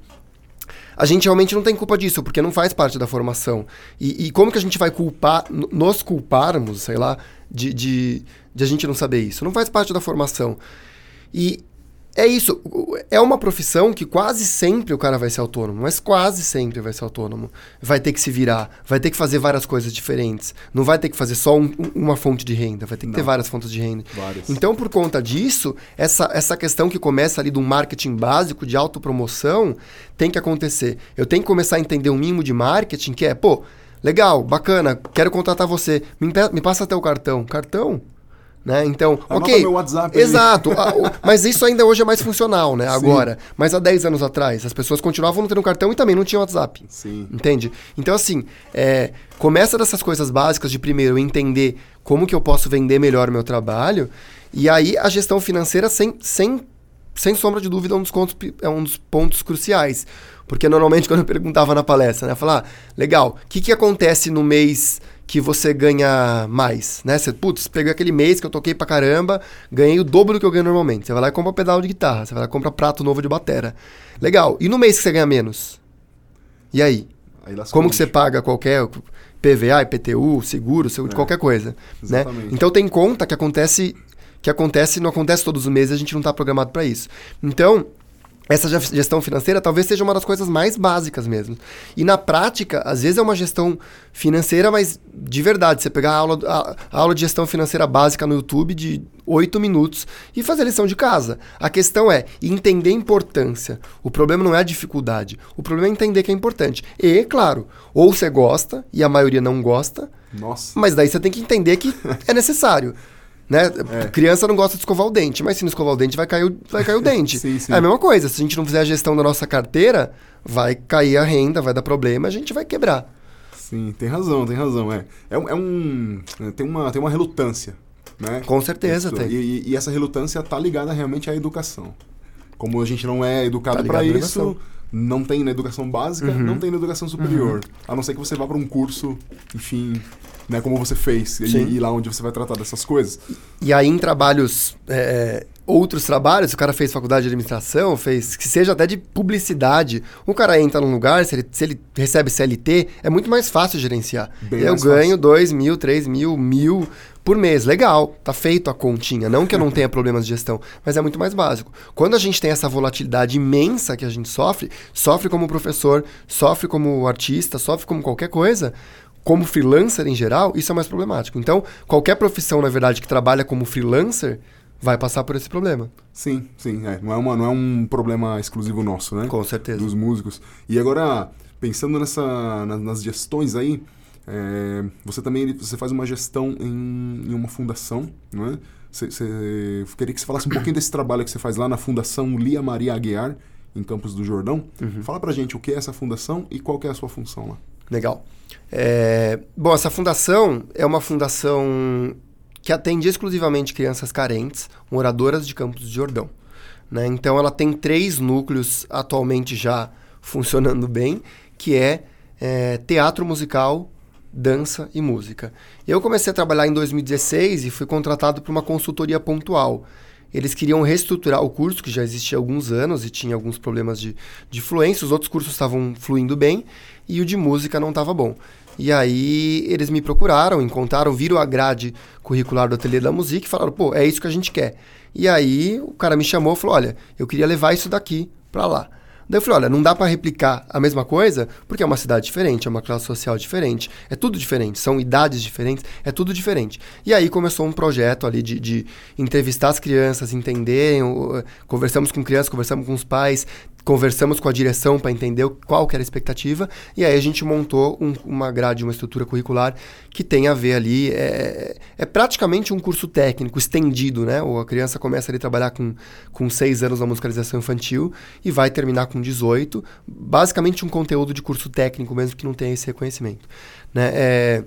A gente realmente não tem culpa disso, porque não faz parte da formação. E, e como que a gente vai culpar, nos culparmos, sei lá, de, de, de a gente não saber isso? Não faz parte da formação. E... é isso. É uma profissão que quase sempre o cara vai ser autônomo, mas quase sempre vai ser autônomo. Vai ter que se virar, vai ter que fazer várias coisas diferentes. Não vai ter que fazer só um, uma fonte de renda, vai ter que Não. ter várias fontes de renda. Várias. Então, por conta disso, essa, essa questão que começa ali do marketing básico, de autopromoção, tem que acontecer. Eu tenho que começar a entender um mínimo de marketing, que é, pô, legal, bacana, quero contratar você, me, me passa até o cartão. Cartão? Né? Então, Anota ok. meu WhatsApp Exato. a, o, mas isso ainda hoje é mais funcional, né? Agora. Mas há dez anos atrás, as pessoas continuavam não tendo cartão e também não tinham WhatsApp. Sim. Entende? Então, assim, é, começa dessas coisas básicas de primeiro entender como que eu posso vender melhor o meu trabalho. E aí a gestão financeira, sem, sem, sem sombra de dúvida, é um dos, pontos, é um dos pontos cruciais. Porque normalmente quando eu perguntava na palestra, né? Eu falava, ah, legal, o que, que acontece no mês que você ganha mais, né? Você, putz, peguei aquele mês que eu toquei pra caramba, ganhei o dobro do que eu ganho normalmente. Você vai lá e compra pedal de guitarra, você vai lá e compra prato novo de batera. Legal. E no mês que você ganha menos? E aí? aí Como que você paga qualquer P V A, I P T U, seguro, seguro é, qualquer coisa, né? Então tem conta que acontece, que acontece, não acontece todos os meses, a gente não tá programado para isso. Então, essa gestão financeira talvez seja uma das coisas mais básicas mesmo. E na prática, às vezes é uma gestão financeira, mas de verdade, você pegar a aula, a, a aula de gestão financeira básica no YouTube de oito minutos e fazer a lição de casa. A questão é entender a importância. O problema não é a dificuldade. O problema é entender que é importante. E, claro, ou você gosta, e a maioria não gosta, Nossa. mas daí você tem que entender que é necessário. Né? É. Criança não gosta de escovar o dente, mas se não escovar o dente vai cair o, vai cair o dente. sim, sim. É a mesma coisa, se a gente não fizer a gestão da nossa carteira, vai cair a renda, vai dar problema, a gente vai quebrar. Sim, tem razão, tem razão. É, é, um, é um, tem, uma, tem uma relutância, né? Com certeza isso, tem. E, e essa relutância está ligada realmente à educação. Como a gente não é educado tá para isso, não tem na educação básica, uhum. não tem na educação superior. Uhum. A não ser que você vá para um curso, enfim... Né, como você fez, e, e lá onde você vai tratar dessas coisas. E aí em trabalhos, é, outros trabalhos, o cara fez faculdade de administração, fez que seja até de publicidade, o cara entra num lugar, se ele, se ele recebe C L T, é muito mais fácil gerenciar. Bem eu ganho dois mil, três mil, mil por mês, legal, tá feito a continha, não que eu não tenha problemas de gestão, mas é muito mais básico. Quando a gente tem essa volatilidade imensa que a gente sofre, sofre como professor, sofre como artista, sofre como qualquer coisa, como freelancer em geral, isso é mais problemático. Então, qualquer profissão, na verdade, que trabalha como freelancer, vai passar por esse problema. Sim, sim. É. Não, é uma, não é um problema exclusivo nosso, né? Com certeza. Dos músicos. E agora, pensando nessa, na, nas gestões aí, é, você também você faz uma gestão em, em uma fundação, não é? Você, você, queria que você falasse um pouquinho desse trabalho que você faz lá na Fundação Lia Maria Aguiar, em Campos do Jordão. Uhum. Fala pra gente o que é essa fundação e qual que é a sua função lá. Legal. É, bom, essa fundação é uma fundação que atende exclusivamente crianças carentes, moradoras de Campos do Jordão. Né? Então, ela tem três núcleos atualmente já funcionando bem, que é, é teatro musical, dança e música. Eu comecei a trabalhar em dois mil e dezesseis e fui contratado por uma consultoria pontual. Eles queriam reestruturar o curso, que já existia há alguns anos e tinha alguns problemas de, de fluência. Os outros cursos estavam fluindo bem e o de música não estava bom. E aí eles me procuraram, encontraram, viram a grade curricular do Ateliê da Música e falaram, pô, é isso que a gente quer. E aí o cara me chamou e falou, olha, eu queria levar isso daqui para lá. Daí eu falei, olha, não dá para replicar a mesma coisa, porque é uma cidade diferente, é uma classe social diferente, é tudo diferente, são idades diferentes, é tudo diferente. E aí começou um projeto ali de, de entrevistar as crianças, entenderem, conversamos com crianças, conversamos com os pais, conversamos com a direção para entender qual que era a expectativa, e aí a gente montou um, uma grade, uma estrutura curricular que tem a ver ali, é, é praticamente um curso técnico estendido, né? Ou a criança começa ali a trabalhar com, com seis anos na musicalização infantil e vai terminar com dezoito, basicamente um conteúdo de curso técnico mesmo que não tem esse reconhecimento, né? É,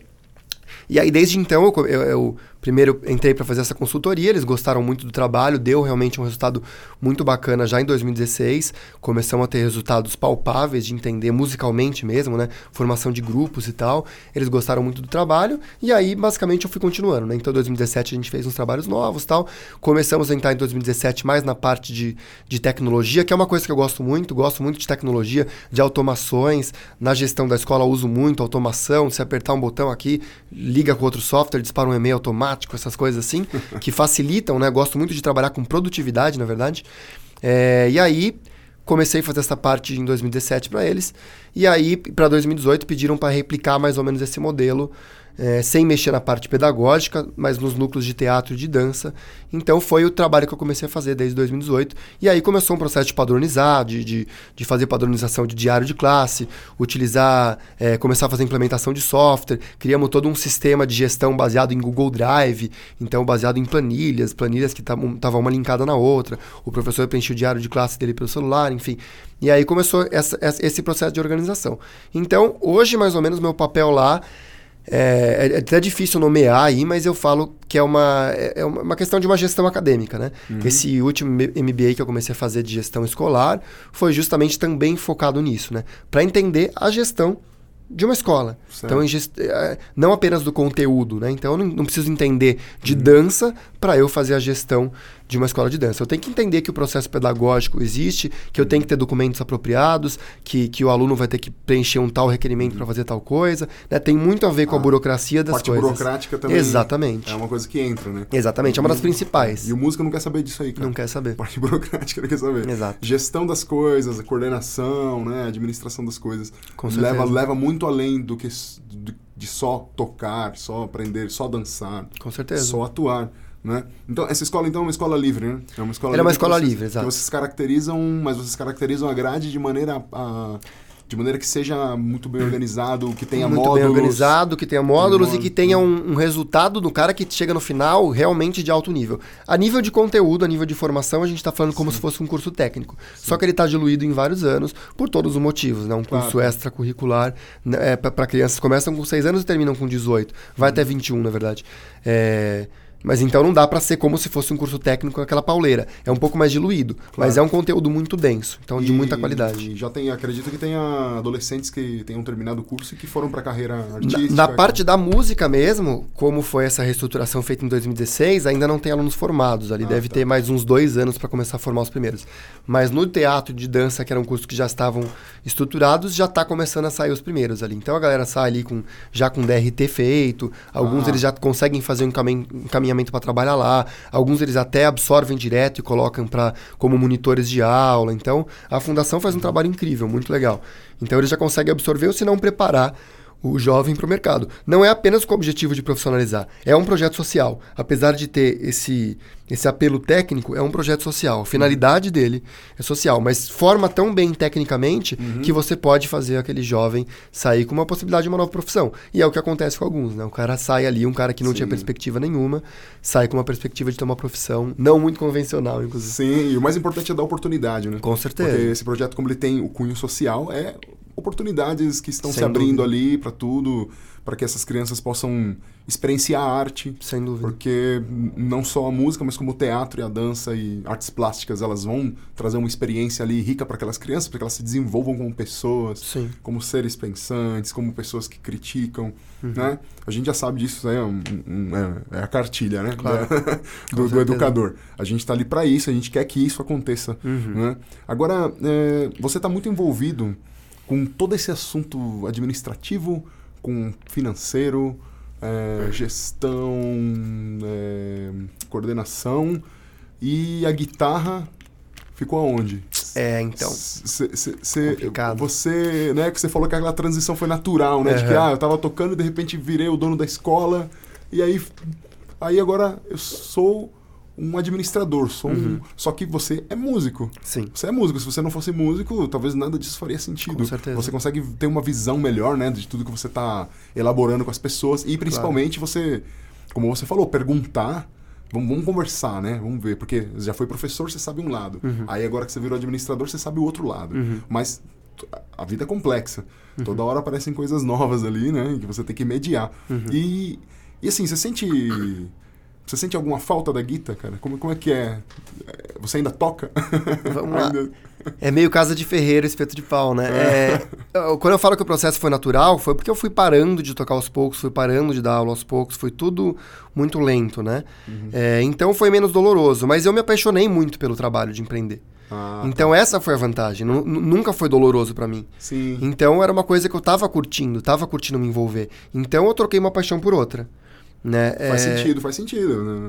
e aí desde então eu, eu, eu primeiro entrei para fazer essa consultoria, eles gostaram muito do trabalho, deu realmente um resultado muito bacana já em dois mil e dezesseis, começamos a ter resultados palpáveis de entender musicalmente mesmo, né, formação de grupos e tal, eles gostaram muito do trabalho e aí basicamente eu fui continuando, né, então em dois mil e dezessete a gente fez uns trabalhos novos e tal, começamos a entrar em dois mil e dezessete mais na parte de, de tecnologia, que é uma coisa que eu gosto muito, gosto muito de tecnologia, de automações, na gestão da escola eu uso muito automação, se apertar um botão aqui, liga com outro software, dispara um e-mail automático, essas coisas assim, que facilitam, né? Gosto muito de trabalhar com produtividade, na verdade. É, e aí, comecei a fazer essa parte em dois mil e dezessete para eles. E aí, para dois mil e dezoito, pediram para replicar mais ou menos esse modelo, é, sem mexer na parte pedagógica, mas nos núcleos de teatro e de dança. Então, foi o trabalho que eu comecei a fazer desde dois mil e dezoito. E aí começou um processo de padronizar, de, de, de fazer padronização de diário de classe, utilizar, é, começar a fazer implementação de software. Criamos todo um sistema de gestão baseado em Google Drive, então baseado em planilhas, planilhas que estavam uma linkada na outra. O professor preenchia o diário de classe dele pelo celular, enfim. E aí começou essa, esse processo de organização. Então, hoje, mais ou menos, meu papel lá É, é até difícil nomear aí, mas eu falo que é uma, é uma questão de uma gestão acadêmica, né? Uhum. Esse último M B A que eu comecei a fazer de gestão escolar foi justamente também focado nisso, né? Para entender a gestão de uma escola. Certo. Então, gest... não apenas do conteúdo, né? Então, eu não, não preciso entender de uhum. dança para eu fazer a gestão de uma escola de dança. Eu tenho que entender que o processo pedagógico existe, que eu tenho que ter documentos apropriados, que, que o aluno vai ter que preencher um tal requerimento uhum. para fazer tal coisa, né? Tem muito a ver com ah, a burocracia das parte coisas. A parte burocrática também. Exatamente. É uma coisa que entra, né? Exatamente, é uma das principais. E o músico não quer saber disso aí, cara. Não quer saber. A parte burocrática não quer saber. Exato. Gestão das coisas, a coordenação, né? A administração das coisas. Com certeza. Leva, leva muito além do que de, de só tocar, só aprender, só dançar. Com certeza. Só atuar. Né? Então, essa escola, então, é uma escola livre, né? É uma escola Ela é uma livre escola vocês, livre, exato. Que vocês caracterizam, mas vocês caracterizam a grade de maneira a, de maneira que seja muito bem organizado, que tenha muito módulos. Muito bem organizado, que tenha módulos tenha e que tenha um, um resultado do cara que chega no final realmente de alto nível. A nível de conteúdo, a nível de formação, a gente está falando como Sim. se fosse um curso técnico. Sim. Só que ele está diluído em vários anos, por todos os motivos, né? Um curso claro. extracurricular, né? É, para crianças que começam com seis anos e terminam com dezoito. Vai hum. até vinte e um, na verdade. É... Mas então não dá para ser como se fosse um curso técnico com aquela pauleira. É um pouco mais diluído, claro. mas é um conteúdo muito denso, então e, de muita qualidade. E já tem, acredito que tenha adolescentes que tenham terminado o curso e que foram para a carreira artística. Na, na parte da música mesmo, como foi essa reestruturação feita em dois mil e dezesseis, ainda não tem alunos formados. Ali ah, deve tá. ter mais uns dois anos para começar a formar os primeiros. Mas no teatro de dança, que era um curso que já estavam estruturados, já está começando a sair os primeiros ali. Então a galera sai ali com, já com D R T feito, alguns ah. eles já conseguem fazer um encaminhamento para trabalhar lá, alguns eles até absorvem direto e colocam pra, como monitores de aula. Então a fundação faz um trabalho incrível, muito legal. Então eles já conseguem absorver ou se não preparar o jovem para o mercado. Não é apenas com o objetivo de profissionalizar, é um projeto social. Apesar de ter esse, esse apelo técnico, é um projeto social. A finalidade dele é social, mas forma tão bem tecnicamente uhum. que você pode fazer aquele jovem sair com uma possibilidade de uma nova profissão. E é o que acontece com alguns, né? O cara sai ali, um cara que não Sim. tinha perspectiva nenhuma, sai com uma perspectiva de ter uma profissão não muito convencional, inclusive. Sim, e o mais importante é dar oportunidade, né? Com certeza. Porque esse projeto, como ele tem o cunho social, é oportunidades que estão Sem se abrindo dúvida. ali para tudo, para que essas crianças possam experienciar a arte. Sem dúvida. Porque não só a música, mas como o teatro e a dança e artes plásticas, elas vão trazer uma experiência ali rica para aquelas crianças, para que elas se desenvolvam como pessoas, Sim. como seres pensantes, como pessoas que criticam, uhum. né? A gente já sabe disso, né? Um, um, é, é a cartilha, né? Claro. do, do educador. A gente está ali para isso, a gente quer que isso aconteça. Uhum. Né? Agora, é, você está muito envolvido com todo esse assunto administrativo, com financeiro, é, gestão, é, coordenação, e a guitarra ficou aonde? É, então. Cê, cê, cê, complicado. Você, né, que você falou que aquela transição foi natural, né? Uhum. De que, ah, eu tava tocando e de repente virei o dono da escola, e aí, aí agora eu sou um administrador, sou um, uhum. só que você é músico. Sim. Você é músico. Se você não fosse músico, talvez nada disso faria sentido. Com certeza. Você consegue ter uma visão melhor, né, de tudo que você está elaborando com as pessoas e principalmente claro. você, como você falou, perguntar. Vamos, vamos conversar, né? Vamos ver, porque já foi professor, você sabe um lado. Uhum. Aí agora que você virou administrador, você sabe o outro lado. Uhum. Mas a vida é complexa. Uhum. Toda hora aparecem coisas novas ali, né? Que você tem que mediar. Uhum. E, e assim, você sente... Você sente alguma falta da guitarra, cara? Como, como é que é? Você ainda toca? Vamos lá. É meio casa de ferreiro, espeto de pau, né? É. É, quando eu falo que o processo foi natural, foi porque eu fui parando de tocar aos poucos, fui parando de dar aula aos poucos, foi tudo muito lento, né? Uhum. É, então foi menos doloroso, mas eu me apaixonei muito pelo trabalho de empreender. Ah, então tá. Essa foi a vantagem, N- nunca foi doloroso pra mim. Sim. Então era uma coisa que eu tava curtindo, tava curtindo me envolver. Então eu troquei uma paixão por outra. Né? Faz é... sentido, faz sentido. Né?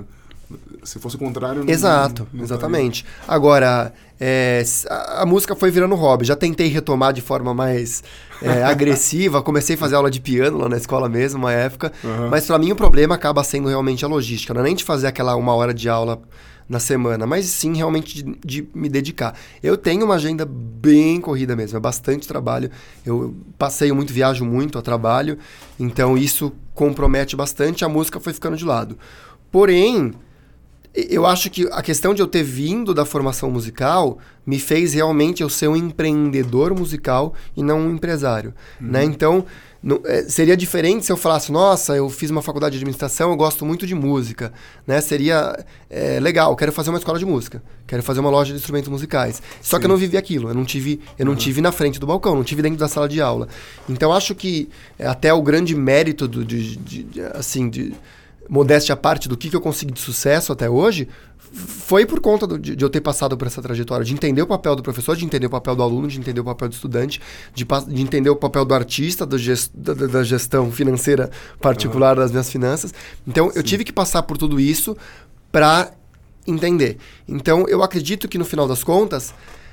Se fosse o contrário... Não, Exato, não, não exatamente. Estaria... Agora, é, a, a música foi virando hobby. Já tentei retomar de forma mais é, agressiva. Comecei a fazer aula de piano lá na escola mesmo, uma época. Uhum. Mas para mim o problema acaba sendo realmente a logística. Não é nem de fazer aquela uma hora de aula na semana, mas sim realmente de, de me dedicar. Eu tenho uma agenda bem corrida mesmo, é bastante trabalho. Eu passeio muito, viajo muito a trabalho. Então isso compromete bastante. A música foi ficando de lado. Porém... eu acho que a questão de eu ter vindo da formação musical me fez realmente eu ser um empreendedor musical e não um empresário, uhum. né? Então, não, é, seria diferente se eu falasse, nossa, eu fiz uma faculdade de administração, eu gosto muito de música, né? Seria é, legal, quero fazer uma escola de música, quero fazer uma loja de instrumentos musicais. Só Sim. que eu não vivi aquilo, eu não tive, eu não uhum. tive na frente do balcão, não tive dentro da sala de aula. Então, acho que é, até o grande mérito do, de, de, de, assim, de... modéstia à parte do que, que eu consegui de sucesso até hoje, foi por conta do, de, de eu ter passado por essa trajetória, de entender o papel do professor, de entender o papel do aluno, de entender o papel do estudante, de, de entender o papel do artista, do gest, da, da gestão financeira particular uhum. das minhas finanças. Então, Sim. eu tive que passar por tudo isso para entender. Então, eu acredito que no final das contas,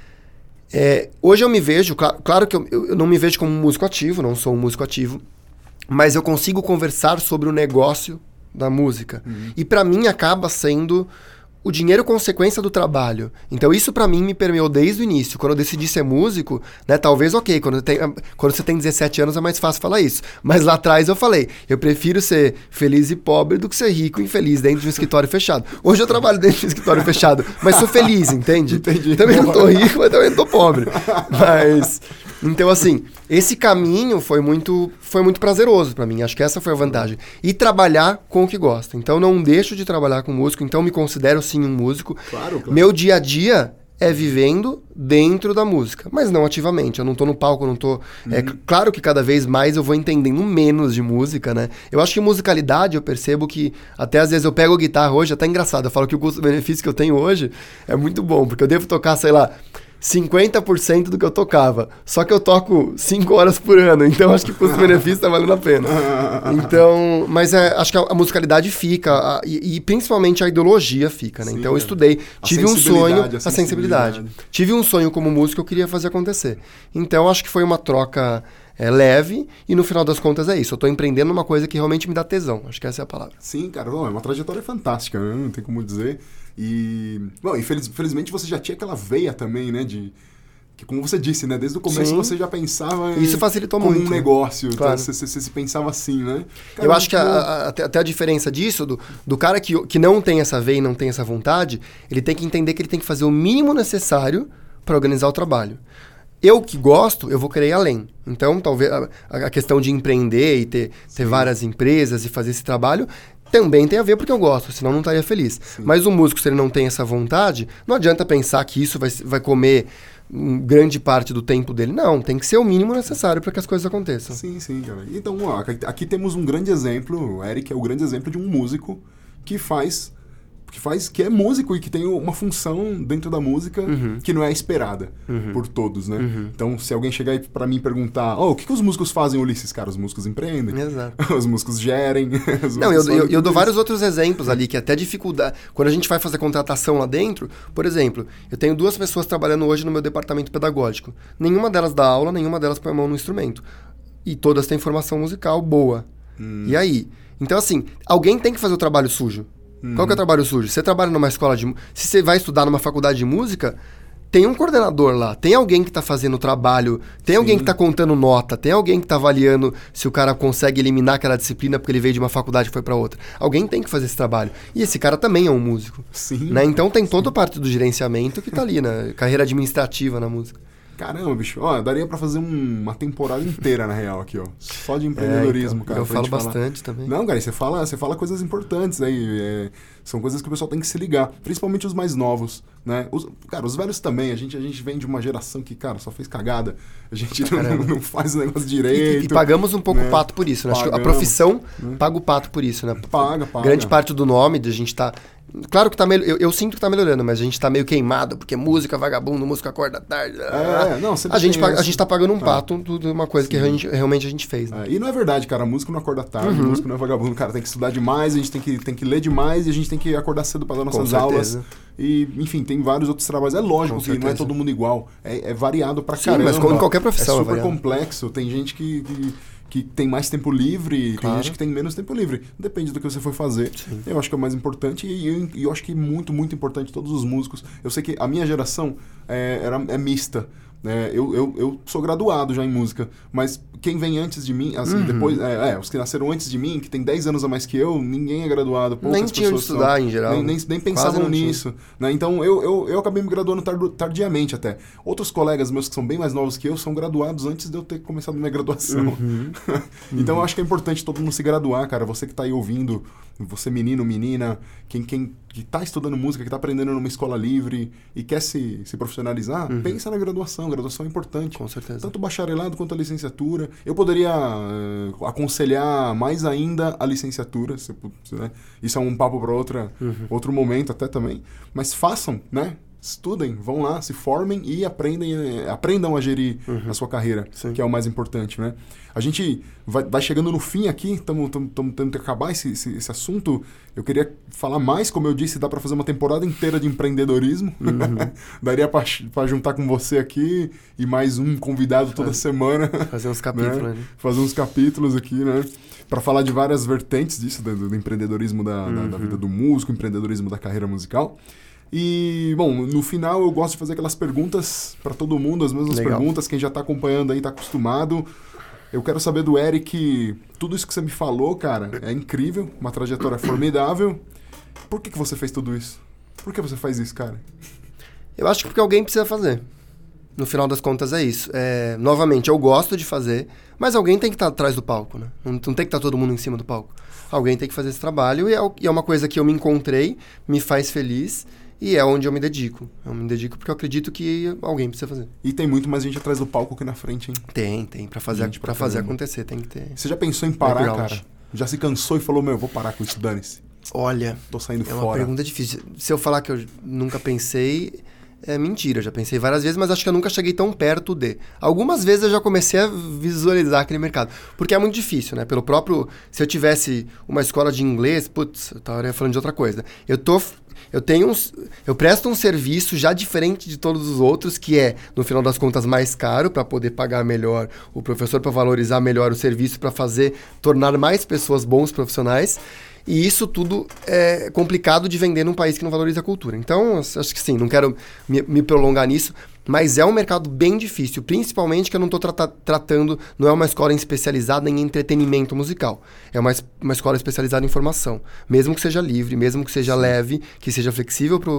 é, hoje eu me vejo, claro, claro que eu, eu não me vejo como um músico ativo, não sou um músico ativo, mas eu consigo conversar sobre o negócio da música. Uhum. E para mim acaba sendo o dinheiro consequência do trabalho. Então isso para mim me permeou desde o início. Quando eu decidi ser músico, né, talvez ok, quando, tem, quando você tem dezessete anos é mais fácil falar isso. Mas lá atrás eu falei, eu prefiro ser feliz e pobre do que ser rico e infeliz dentro de um escritório fechado. Hoje eu trabalho dentro de um escritório fechado, mas sou feliz, entende? Entendi. Também não tô rico, mas também não tô pobre. Mas... então, assim, esse caminho foi muito, foi muito prazeroso para mim. Acho que essa foi a vantagem. E trabalhar com o que gosta. Então, não deixo de trabalhar com músico. Então, me considero, sim, um músico. Claro, claro. Meu dia a dia é vivendo dentro da música. Mas não ativamente. Eu não tô no palco, eu não tô... Uhum. É claro que cada vez mais eu vou entendendo menos de música, né? Eu acho que musicalidade, eu percebo que... até às vezes eu pego a guitarra hoje, até engraçado. Eu falo que o custo-benefício que eu tenho hoje é muito bom. Porque eu devo tocar, sei lá... cinquenta por cento do que eu tocava. Só que eu toco cinco horas por ano. Então, acho que o custo-benefício tá valendo a pena. Então, mas é, acho que a, a musicalidade fica. A, e, e principalmente a ideologia fica, né? Sim, então, eu estudei. Tive um sonho... A sensibilidade. a sensibilidade. Tive um sonho como músico que eu queria fazer acontecer. Então, acho que foi uma troca... é leve, e no final das contas é isso. Eu tô empreendendo uma coisa que realmente me dá tesão. Acho que essa é a palavra. Sim, cara. Bom, é uma trajetória fantástica, né? Não tem como dizer. E, bom, infeliz, infelizmente você já tinha aquela veia também, né? De, que como você disse, né? Desde o começo Sim. você já pensava em, isso facilitou como muito, um negócio. Claro. Então, você, você se pensava assim, né? Cara, eu acho que a, a, até, até a diferença disso, do, do cara que, que não tem essa veia e não tem essa vontade, ele tem que entender que ele tem que fazer o mínimo necessário para organizar o trabalho. Eu que gosto, eu vou querer ir além. Então, talvez a, a questão de empreender e ter, ter várias empresas e fazer esse trabalho também tem a ver porque eu gosto, senão eu não estaria feliz. Sim. Mas o músico, se ele não tem essa vontade, não adianta pensar que isso vai, vai comer grande parte do tempo dele. Não, tem que ser o mínimo necessário para que as coisas aconteçam. Sim, sim, cara. Então, ó, aqui temos um grande exemplo, o Eric é o grande exemplo de um músico que faz... que faz, que é músico e que tem uma função dentro da música uhum. que não é esperada uhum. por todos, né? Uhum. Então, se alguém chegar pra mim e perguntar, oh, o que, que os músicos fazem, Ulisses? Cara, os músicos empreendem. Exato. Os músicos gerem. Os não, músicos eu, eu, eu dou vários outros exemplos ali, que até dificuldade... Quando a gente vai fazer contratação lá dentro, por exemplo, eu tenho duas pessoas trabalhando hoje no meu departamento pedagógico. Nenhuma delas dá aula, nenhuma delas põe a mão no instrumento. E todas têm formação musical boa. Hum. E aí? Então, assim, alguém tem que fazer o trabalho sujo. Uhum. Qual que é o trabalho sujo? Você trabalha numa escola de... Se você vai estudar numa faculdade de música, tem um coordenador lá, tem alguém que está fazendo o trabalho, tem Sim. alguém que está contando nota, tem alguém que está avaliando se o cara consegue eliminar aquela disciplina porque ele veio de uma faculdade e foi para outra. Alguém tem que fazer esse trabalho. E esse cara também é um músico. Sim. Né? Então tem toda a parte do gerenciamento que está ali, né? Carreira administrativa na música. Caramba, bicho. Ó, daria pra fazer um, uma temporada inteira, na real, aqui, ó. Só de empreendedorismo, é, então, cara. Eu falo bastante falar. também. Não, cara, você fala, você fala coisas importantes aí. É, são coisas que o pessoal tem que se ligar. Principalmente os mais novos, né? Os, cara, os velhos também. A gente, a gente vem de uma geração que, cara, só fez cagada. A gente não, não faz o negócio direito. E, e pagamos um pouco o né? pato por isso, né? Acho que a profissão né? paga o pato por isso, né? Paga, paga. Grande parte do nome de a gente tá Claro que tá melhorando, eu, eu sinto que tá melhorando, mas a gente tá meio queimado, porque música, vagabundo, música acorda tarde. É, não, a, gente paga, a gente tá pagando um tá. pato de uma coisa Sim. que realmente, realmente a gente fez. Né? É, e não é verdade, cara, música não acorda tarde, uhum. música não é vagabundo, cara, tem que estudar demais, a gente tem que, tem que ler demais e a gente tem que acordar cedo pra dar nossas aulas. E, enfim, tem vários outros trabalhos. É lógico Com que certeza. Não é todo mundo igual, é, é variado pra Sim, caramba. Mas como em qualquer profissão. É super é complexo, tem gente que... que que tem mais tempo livre, claro. Tem gente que tem menos tempo livre. Depende do que você for fazer. Sim. Eu acho que é o mais importante e eu, eu acho que é muito, muito importante todos os músicos. Eu sei que a minha geração é, era, é mista. É, eu, eu, eu sou graduado já em música, mas quem vem antes de mim, assim, uhum. depois, é, é, os que nasceram antes de mim, que tem dez anos a mais que eu, ninguém é graduado, poucas nem tinham de estudar são, em geral. Nem, nem, nem pensavam nisso. Né? Então eu, eu, eu acabei me graduando tardu, tardiamente até. Outros colegas meus que são bem mais novos que eu são graduados antes de eu ter começado minha graduação. Uhum. Então uhum. eu acho que é importante todo mundo se graduar, cara. Você que tá aí ouvindo, você menino, menina, quem, quem que tá estudando música, que tá aprendendo numa escola livre e quer se, se profissionalizar, uhum. pensa na graduação. Graduação é importante. Com certeza. Tanto o bacharelado quanto a licenciatura. Eu poderia uh, aconselhar mais ainda a licenciatura. Se, né? Isso é um papo para outra, uhum. outro momento até também. Mas façam, né? Estudem, vão lá, se formem e aprendem, aprendam a gerir uhum. a sua carreira, Sim. que é o mais importante, né? A gente vai, vai chegando no fim aqui, estamos tendo que acabar esse, esse, esse assunto. Eu queria falar mais, como eu disse, dá para fazer uma temporada inteira de empreendedorismo. Uhum. Daria para juntar com você aqui e mais um convidado toda Faz, semana. Fazer uns capítulos, né? né? Fazer uns capítulos aqui, né? Para falar de várias vertentes disso, do, do empreendedorismo da, uhum. da, da vida do músico, empreendedorismo da carreira musical. E, bom, no final eu gosto de fazer aquelas perguntas para todo mundo, as mesmas Legal. perguntas, quem já está acompanhando aí está acostumado. Eu quero saber do Eric, tudo isso que você me falou, cara, é incrível, uma trajetória formidável. Por que, que você fez tudo isso? Por que você faz isso, cara? Eu acho que porque alguém precisa fazer. No final das contas é isso. É, novamente, eu gosto de fazer, mas alguém tem que estar tá atrás do palco, né? Não, não tem que estar tá todo mundo em cima do palco. Alguém tem que fazer esse trabalho e é, e é uma coisa que eu me encontrei, me faz feliz. E é onde eu me dedico. Eu me dedico porque eu acredito que alguém precisa fazer. E tem muito mais gente atrás do palco que na frente, hein? Tem, tem. Pra fazer, pra pra fazer acontecer, tem que ter. Você já pensou em parar, background. cara? Já se cansou e falou, meu, vou parar com isso, dane-se? Olha, tô saindo é fora. É uma pergunta difícil. Se eu falar que eu nunca pensei, é mentira. Eu já pensei várias vezes, mas acho que eu nunca cheguei tão perto de. Algumas vezes eu já comecei a visualizar aquele mercado. Porque é muito difícil, né? Pelo próprio... Se eu tivesse uma escola de inglês, putz, eu estaria falando de outra coisa. Eu tô... Eu tenho um, eu presto um serviço já diferente de todos os outros, que é, no final das contas, mais caro para poder pagar melhor o professor, para valorizar melhor o serviço, para fazer, tornar mais pessoas bons profissionais. E isso tudo é complicado de vender num país que não valoriza a cultura. Então, acho que sim, não quero me, me prolongar nisso, mas é um mercado bem difícil, principalmente que eu não estou tra- tratando, não é uma escola especializada em entretenimento musical, é uma, uma escola especializada em formação, mesmo que seja livre, mesmo que seja leve, que seja flexível para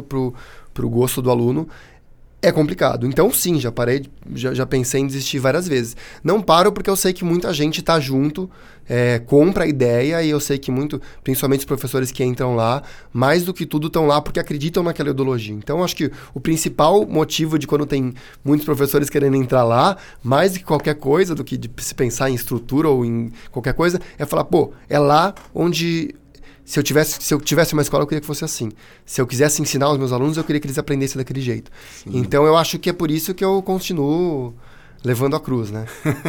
o gosto do aluno, é complicado. Então, sim, já parei, já, já pensei em desistir várias vezes. Não paro porque eu sei que muita gente está junto, é, compra a ideia, e eu sei que muito, principalmente os professores que entram lá, mais do que tudo estão lá porque acreditam naquela ideologia. Então, acho que o principal motivo de quando tem muitos professores querendo entrar lá, mais do que qualquer coisa, do que de se pensar em estrutura ou em qualquer coisa, é falar, pô, é lá onde... Se eu, tivesse, se eu tivesse uma escola, eu queria que fosse assim. Se eu quisesse ensinar os meus alunos, eu queria que eles aprendessem daquele jeito. Sim. Então, eu acho que é por isso que eu continuo levando a cruz, né?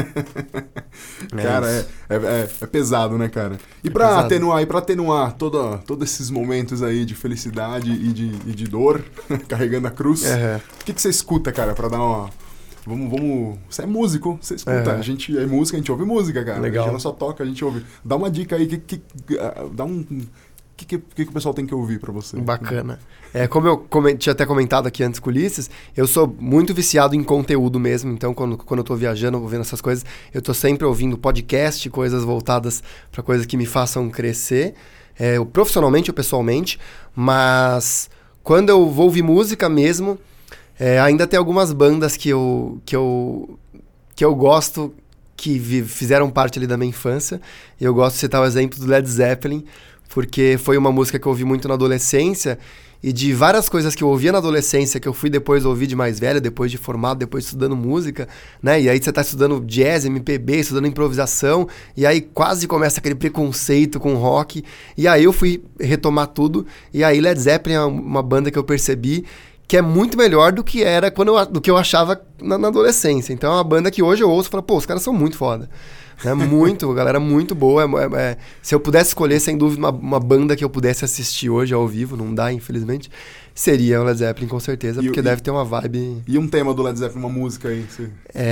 Cara, é, é, é, é pesado, né, cara? E é pra atenuar, e pra atenuar todo, todos esses momentos aí de felicidade e de, e de dor, carregando a cruz, uhum. o que, que você escuta, cara, pra dar uma... Vamos, vamos... Você é músico, você escuta. É. A gente é música, a gente ouve música, cara. Legal. A gente não só toca, a gente ouve. Dá uma dica aí, que, que, dá um... O que, que, que o pessoal tem que ouvir pra você? Bacana. É, como eu come, tinha até comentado aqui antes com o Ulisses, eu sou muito viciado em conteúdo mesmo. Então, quando, quando eu tô viajando, ouvindo essas coisas, eu tô sempre ouvindo podcast, coisas voltadas pra coisas que me façam crescer, é, profissionalmente ou pessoalmente. Mas quando eu vou ouvir música mesmo... É, ainda tem algumas bandas que eu, que eu, que eu gosto, que vi, fizeram parte ali da minha infância. Eu gosto de citar o exemplo do Led Zeppelin, porque foi uma música que eu ouvi muito na adolescência e de várias coisas que eu ouvia na adolescência, que eu fui depois ouvir de mais velho, depois de formado, depois estudando música, né? E aí você tá estudando jazz, M P B, estudando improvisação, e aí quase começa aquele preconceito com rock. E aí eu fui retomar tudo, e aí Led Zeppelin é uma banda que eu percebi que é muito melhor do que era quando eu, do que eu achava na, na adolescência. Então é uma banda que hoje eu ouço e falo, pô, os caras são muito foda. É muito, galera muito boa. É, é, se eu pudesse escolher, sem dúvida, uma, uma banda que eu pudesse assistir hoje ao vivo, não dá, infelizmente, seria o Led Zeppelin, com certeza, e, porque e, deve ter uma vibe... E um tema do Led Zeppelin, uma música aí? Você...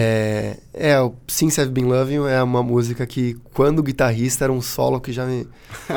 É, é, o Since I've Been Loving You é uma música que, quando guitarrista, era um solo que já me,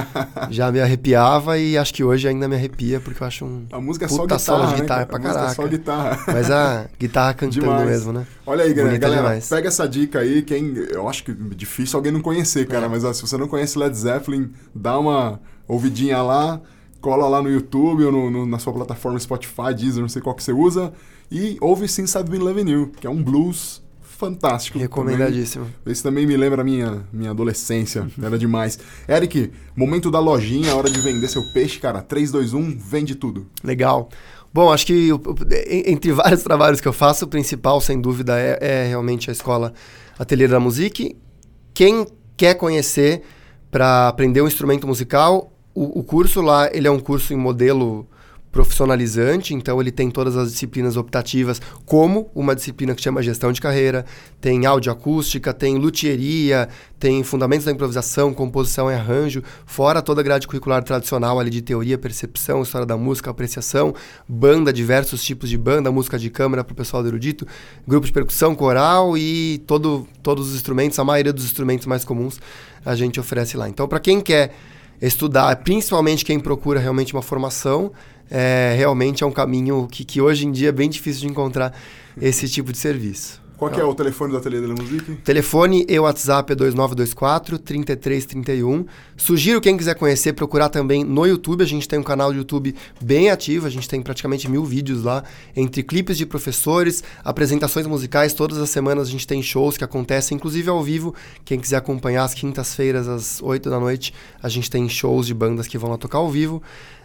já me arrepiava, e acho que hoje ainda me arrepia, porque eu acho um a música é puta só guitarra, solo de né, guitarra cara? pra a caraca. É só guitarra. Mas a guitarra cantando demais. mesmo, né? Olha aí, galera, Bonita galera demais. pega essa dica aí, quem, eu acho que é difícil alguém não conhecer, cara, é. mas ó, se você não conhece Led Zeppelin, dá uma ouvidinha lá, cola lá no YouTube ou no, no, na sua plataforma Spotify, Deezer, não sei qual que você usa, e ouve Since I've Been Loving You, que é um blues fantástico. Recomendadíssimo. Também. Esse também me lembra a minha, minha adolescência, era demais. Eric, momento da lojinha, hora de vender seu peixe, cara, três, dois, um, vende tudo. Legal. Bom, acho que entre vários trabalhos que eu faço, o principal, sem dúvida, é, é realmente a escola Ateliê da Musique. Quem quer conhecer para aprender um instrumento musical, o, o curso lá, ele é um curso em modelo profissionalizante, então ele tem todas as disciplinas optativas, como uma disciplina que chama gestão de carreira, tem audioacústica, tem luthieria, tem fundamentos da improvisação, composição e arranjo, fora toda a grade curricular tradicional ali de teoria, percepção, história da música, apreciação, banda, diversos tipos de banda, música de câmara para o pessoal do erudito, grupo de percussão, coral e todo, todos os instrumentos, a maioria dos instrumentos mais comuns a gente oferece lá. Então, para quem quer estudar, principalmente quem procura realmente uma formação, é, realmente é um caminho que, que hoje em dia é bem difícil de encontrar esse tipo de serviço. Qual que é o telefone do Ateliê da Musique? Telefone e WhatsApp é dois nove dois quatro, três três três um. Sugiro quem quiser conhecer, procurar também no YouTube. A gente tem um canal de YouTube bem ativo, a gente tem praticamente mil vídeos lá, entre clipes de professores, apresentações musicais. Todas as semanas a gente tem shows que acontecem, inclusive ao vivo. Quem quiser acompanhar, às quintas-feiras, às oito da noite, a gente tem shows de bandas que vão lá tocar ao vivo.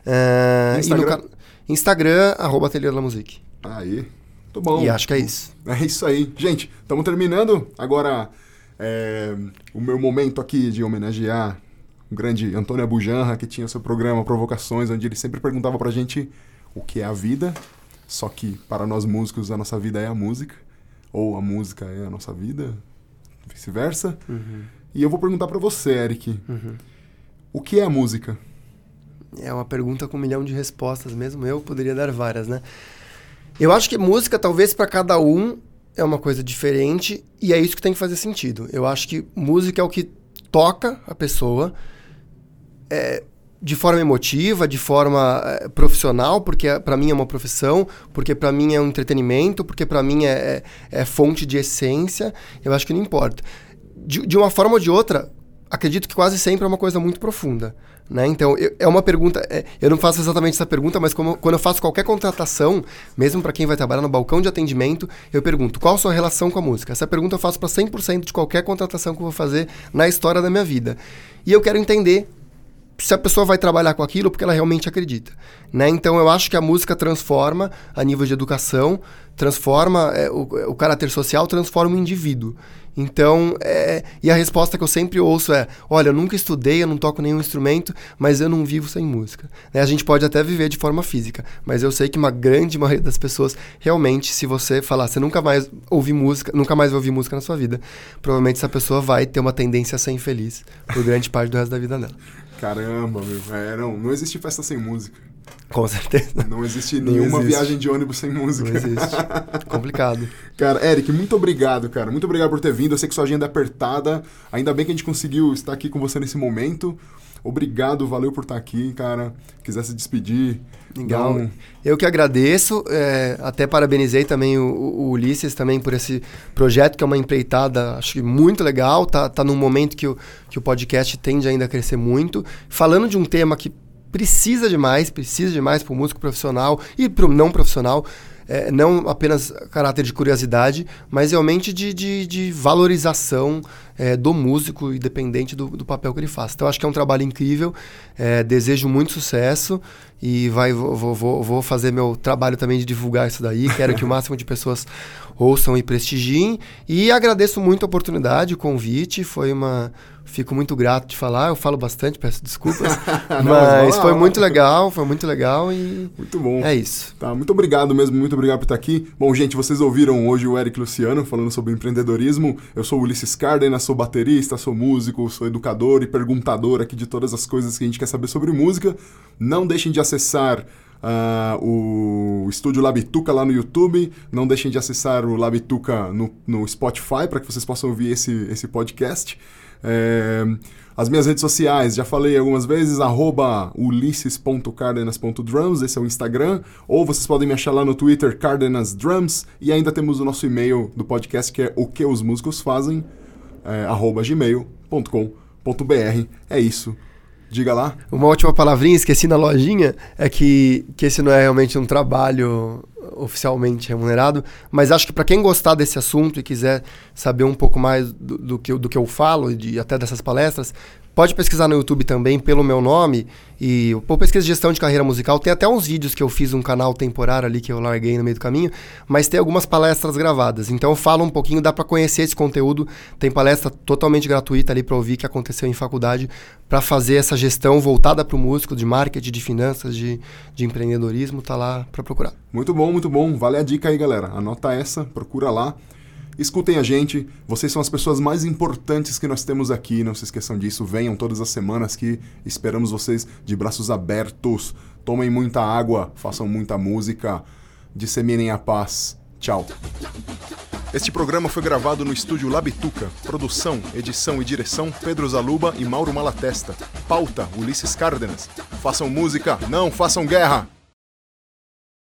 Uh, Instagram? E no ca... Instagram, arroba Ateliê da Musique. Aí, muito bom. E acho que é isso. É isso aí. Gente, estamos terminando. Agora, é, o meu momento aqui de homenagear o grande Antônio Abujanra, que tinha seu programa Provocações, onde ele sempre perguntava pra gente o que é a vida. Só que, para nós músicos, a nossa vida é a música. Ou a música é a nossa vida, vice-versa. Uhum. E eu vou perguntar pra você, Eric. Uhum. O que é a música? É uma pergunta com um milhão de respostas, mesmo eu poderia dar várias, né? Eu acho que música, talvez para cada um, é uma coisa diferente e é isso que tem que fazer sentido. Eu acho que música é o que toca a pessoa é, de forma emotiva, de forma é, profissional, porque para mim é uma profissão, porque para mim é um entretenimento, porque para mim é, é, é fonte de essência. Eu acho que não importa. De, de uma forma ou de outra, acredito que quase sempre é uma coisa muito profunda. Né? Então, eu, é uma pergunta... É, eu não faço exatamente essa pergunta, mas como, quando eu faço qualquer contratação, mesmo para quem vai trabalhar no balcão de atendimento, eu pergunto, qual a sua relação com a música? Essa pergunta eu faço para cem por cento de qualquer contratação que eu vou fazer na história da minha vida. E eu quero entender se a pessoa vai trabalhar com aquilo porque ela realmente acredita. Né? Então, eu acho que a música transforma a nível de educação, transforma é, o, o caráter social, transforma o indivíduo. Então, é, e a resposta que eu sempre ouço é, olha, eu nunca estudei, eu não toco nenhum instrumento, mas eu não vivo sem música. Né? A gente pode até viver de forma física, mas eu sei que uma grande maioria das pessoas, realmente, se você falar, você nunca mais ouvi música, nunca mais vai ouvir música na sua vida, provavelmente essa pessoa vai ter uma tendência a ser infeliz por grande parte do resto da vida dela. Caramba, meu. É, não, não existe festa sem música. Com certeza. Não existe nenhuma existe. viagem de ônibus sem música. Não existe. Complicado. Cara, Eric, muito obrigado, cara. Muito obrigado por ter vindo. Eu sei que sua agenda é apertada. Ainda bem que a gente conseguiu estar aqui com você nesse momento. Obrigado, valeu por estar aqui, cara. Quiser se despedir. Legal. Um... Eu que agradeço. É, até parabenizei também o, o Ulisses também por esse projeto, que é uma empreitada, acho que muito legal. Tá, tá num momento que o, que o podcast tende ainda a crescer muito. Falando de um tema que precisa demais, precisa demais para o músico profissional e para o não profissional, é, não apenas caráter de curiosidade, mas realmente de, de, de valorização é, do músico, independente do, do papel que ele faz. Então, acho que é um trabalho incrível, é, desejo muito sucesso e vai, vou, vou, vou fazer meu trabalho também de divulgar isso daí, quero que o máximo de pessoas ouçam e prestigiem, e agradeço muito a oportunidade, o convite, foi uma... Fico muito grato de falar, eu falo bastante, peço desculpas, Não, mas, mas foi muito legal, foi muito legal e... Muito bom. É isso. Tá, muito obrigado mesmo, muito obrigado por estar aqui. Bom, gente, vocês ouviram hoje o Eric Luciano falando sobre empreendedorismo. Eu sou o Ulisses Cárdenas, sou baterista, sou músico, sou educador e perguntador aqui de todas as coisas que a gente quer saber sobre música. Não deixem de acessar Uh, o Estúdio Labituca lá no YouTube, não deixem de acessar o Labituca no, no Spotify para que vocês possam ouvir esse, esse podcast. É, as minhas redes sociais, já falei algumas vezes, arroba ulisses ponto cardenas ponto drums, esse é o Instagram, ou vocês podem me achar lá no Twitter, Cardenas Drums, e ainda temos o nosso e-mail do podcast, que é o que os músicos fazem, é, arroba gmail ponto com ponto br. É isso. Diga lá. Uma última palavrinha, esqueci na lojinha, é que, que esse não é realmente um trabalho oficialmente remunerado, mas acho que para quem gostar desse assunto e quiser saber um pouco mais do, do, que, eu, do que eu falo, e até dessas palestras, pode pesquisar no YouTube também pelo meu nome, e por pesquisa de gestão de carreira musical, tem até uns vídeos que eu fiz, um canal temporário ali que eu larguei no meio do caminho, mas tem algumas palestras gravadas, então eu falo um pouquinho, dá para conhecer esse conteúdo, tem palestra totalmente gratuita ali para ouvir que aconteceu em faculdade, para fazer essa gestão voltada para o músico, de marketing, de finanças, de, de empreendedorismo, tá lá para procurar. Muito bom, muito bom, vale a dica aí, galera, anota essa, procura lá. Escutem a gente, vocês são as pessoas mais importantes que nós temos aqui, não se esqueçam disso, venham todas as semanas que esperamos vocês de braços abertos, tomem muita água, façam muita música, disseminem a paz. Tchau. Este programa foi gravado no Estúdio Labituca, produção, edição e direção Pedro Zaluba e Mauro Malatesta, pauta Ulisses Cárdenas. Façam música, não façam guerra!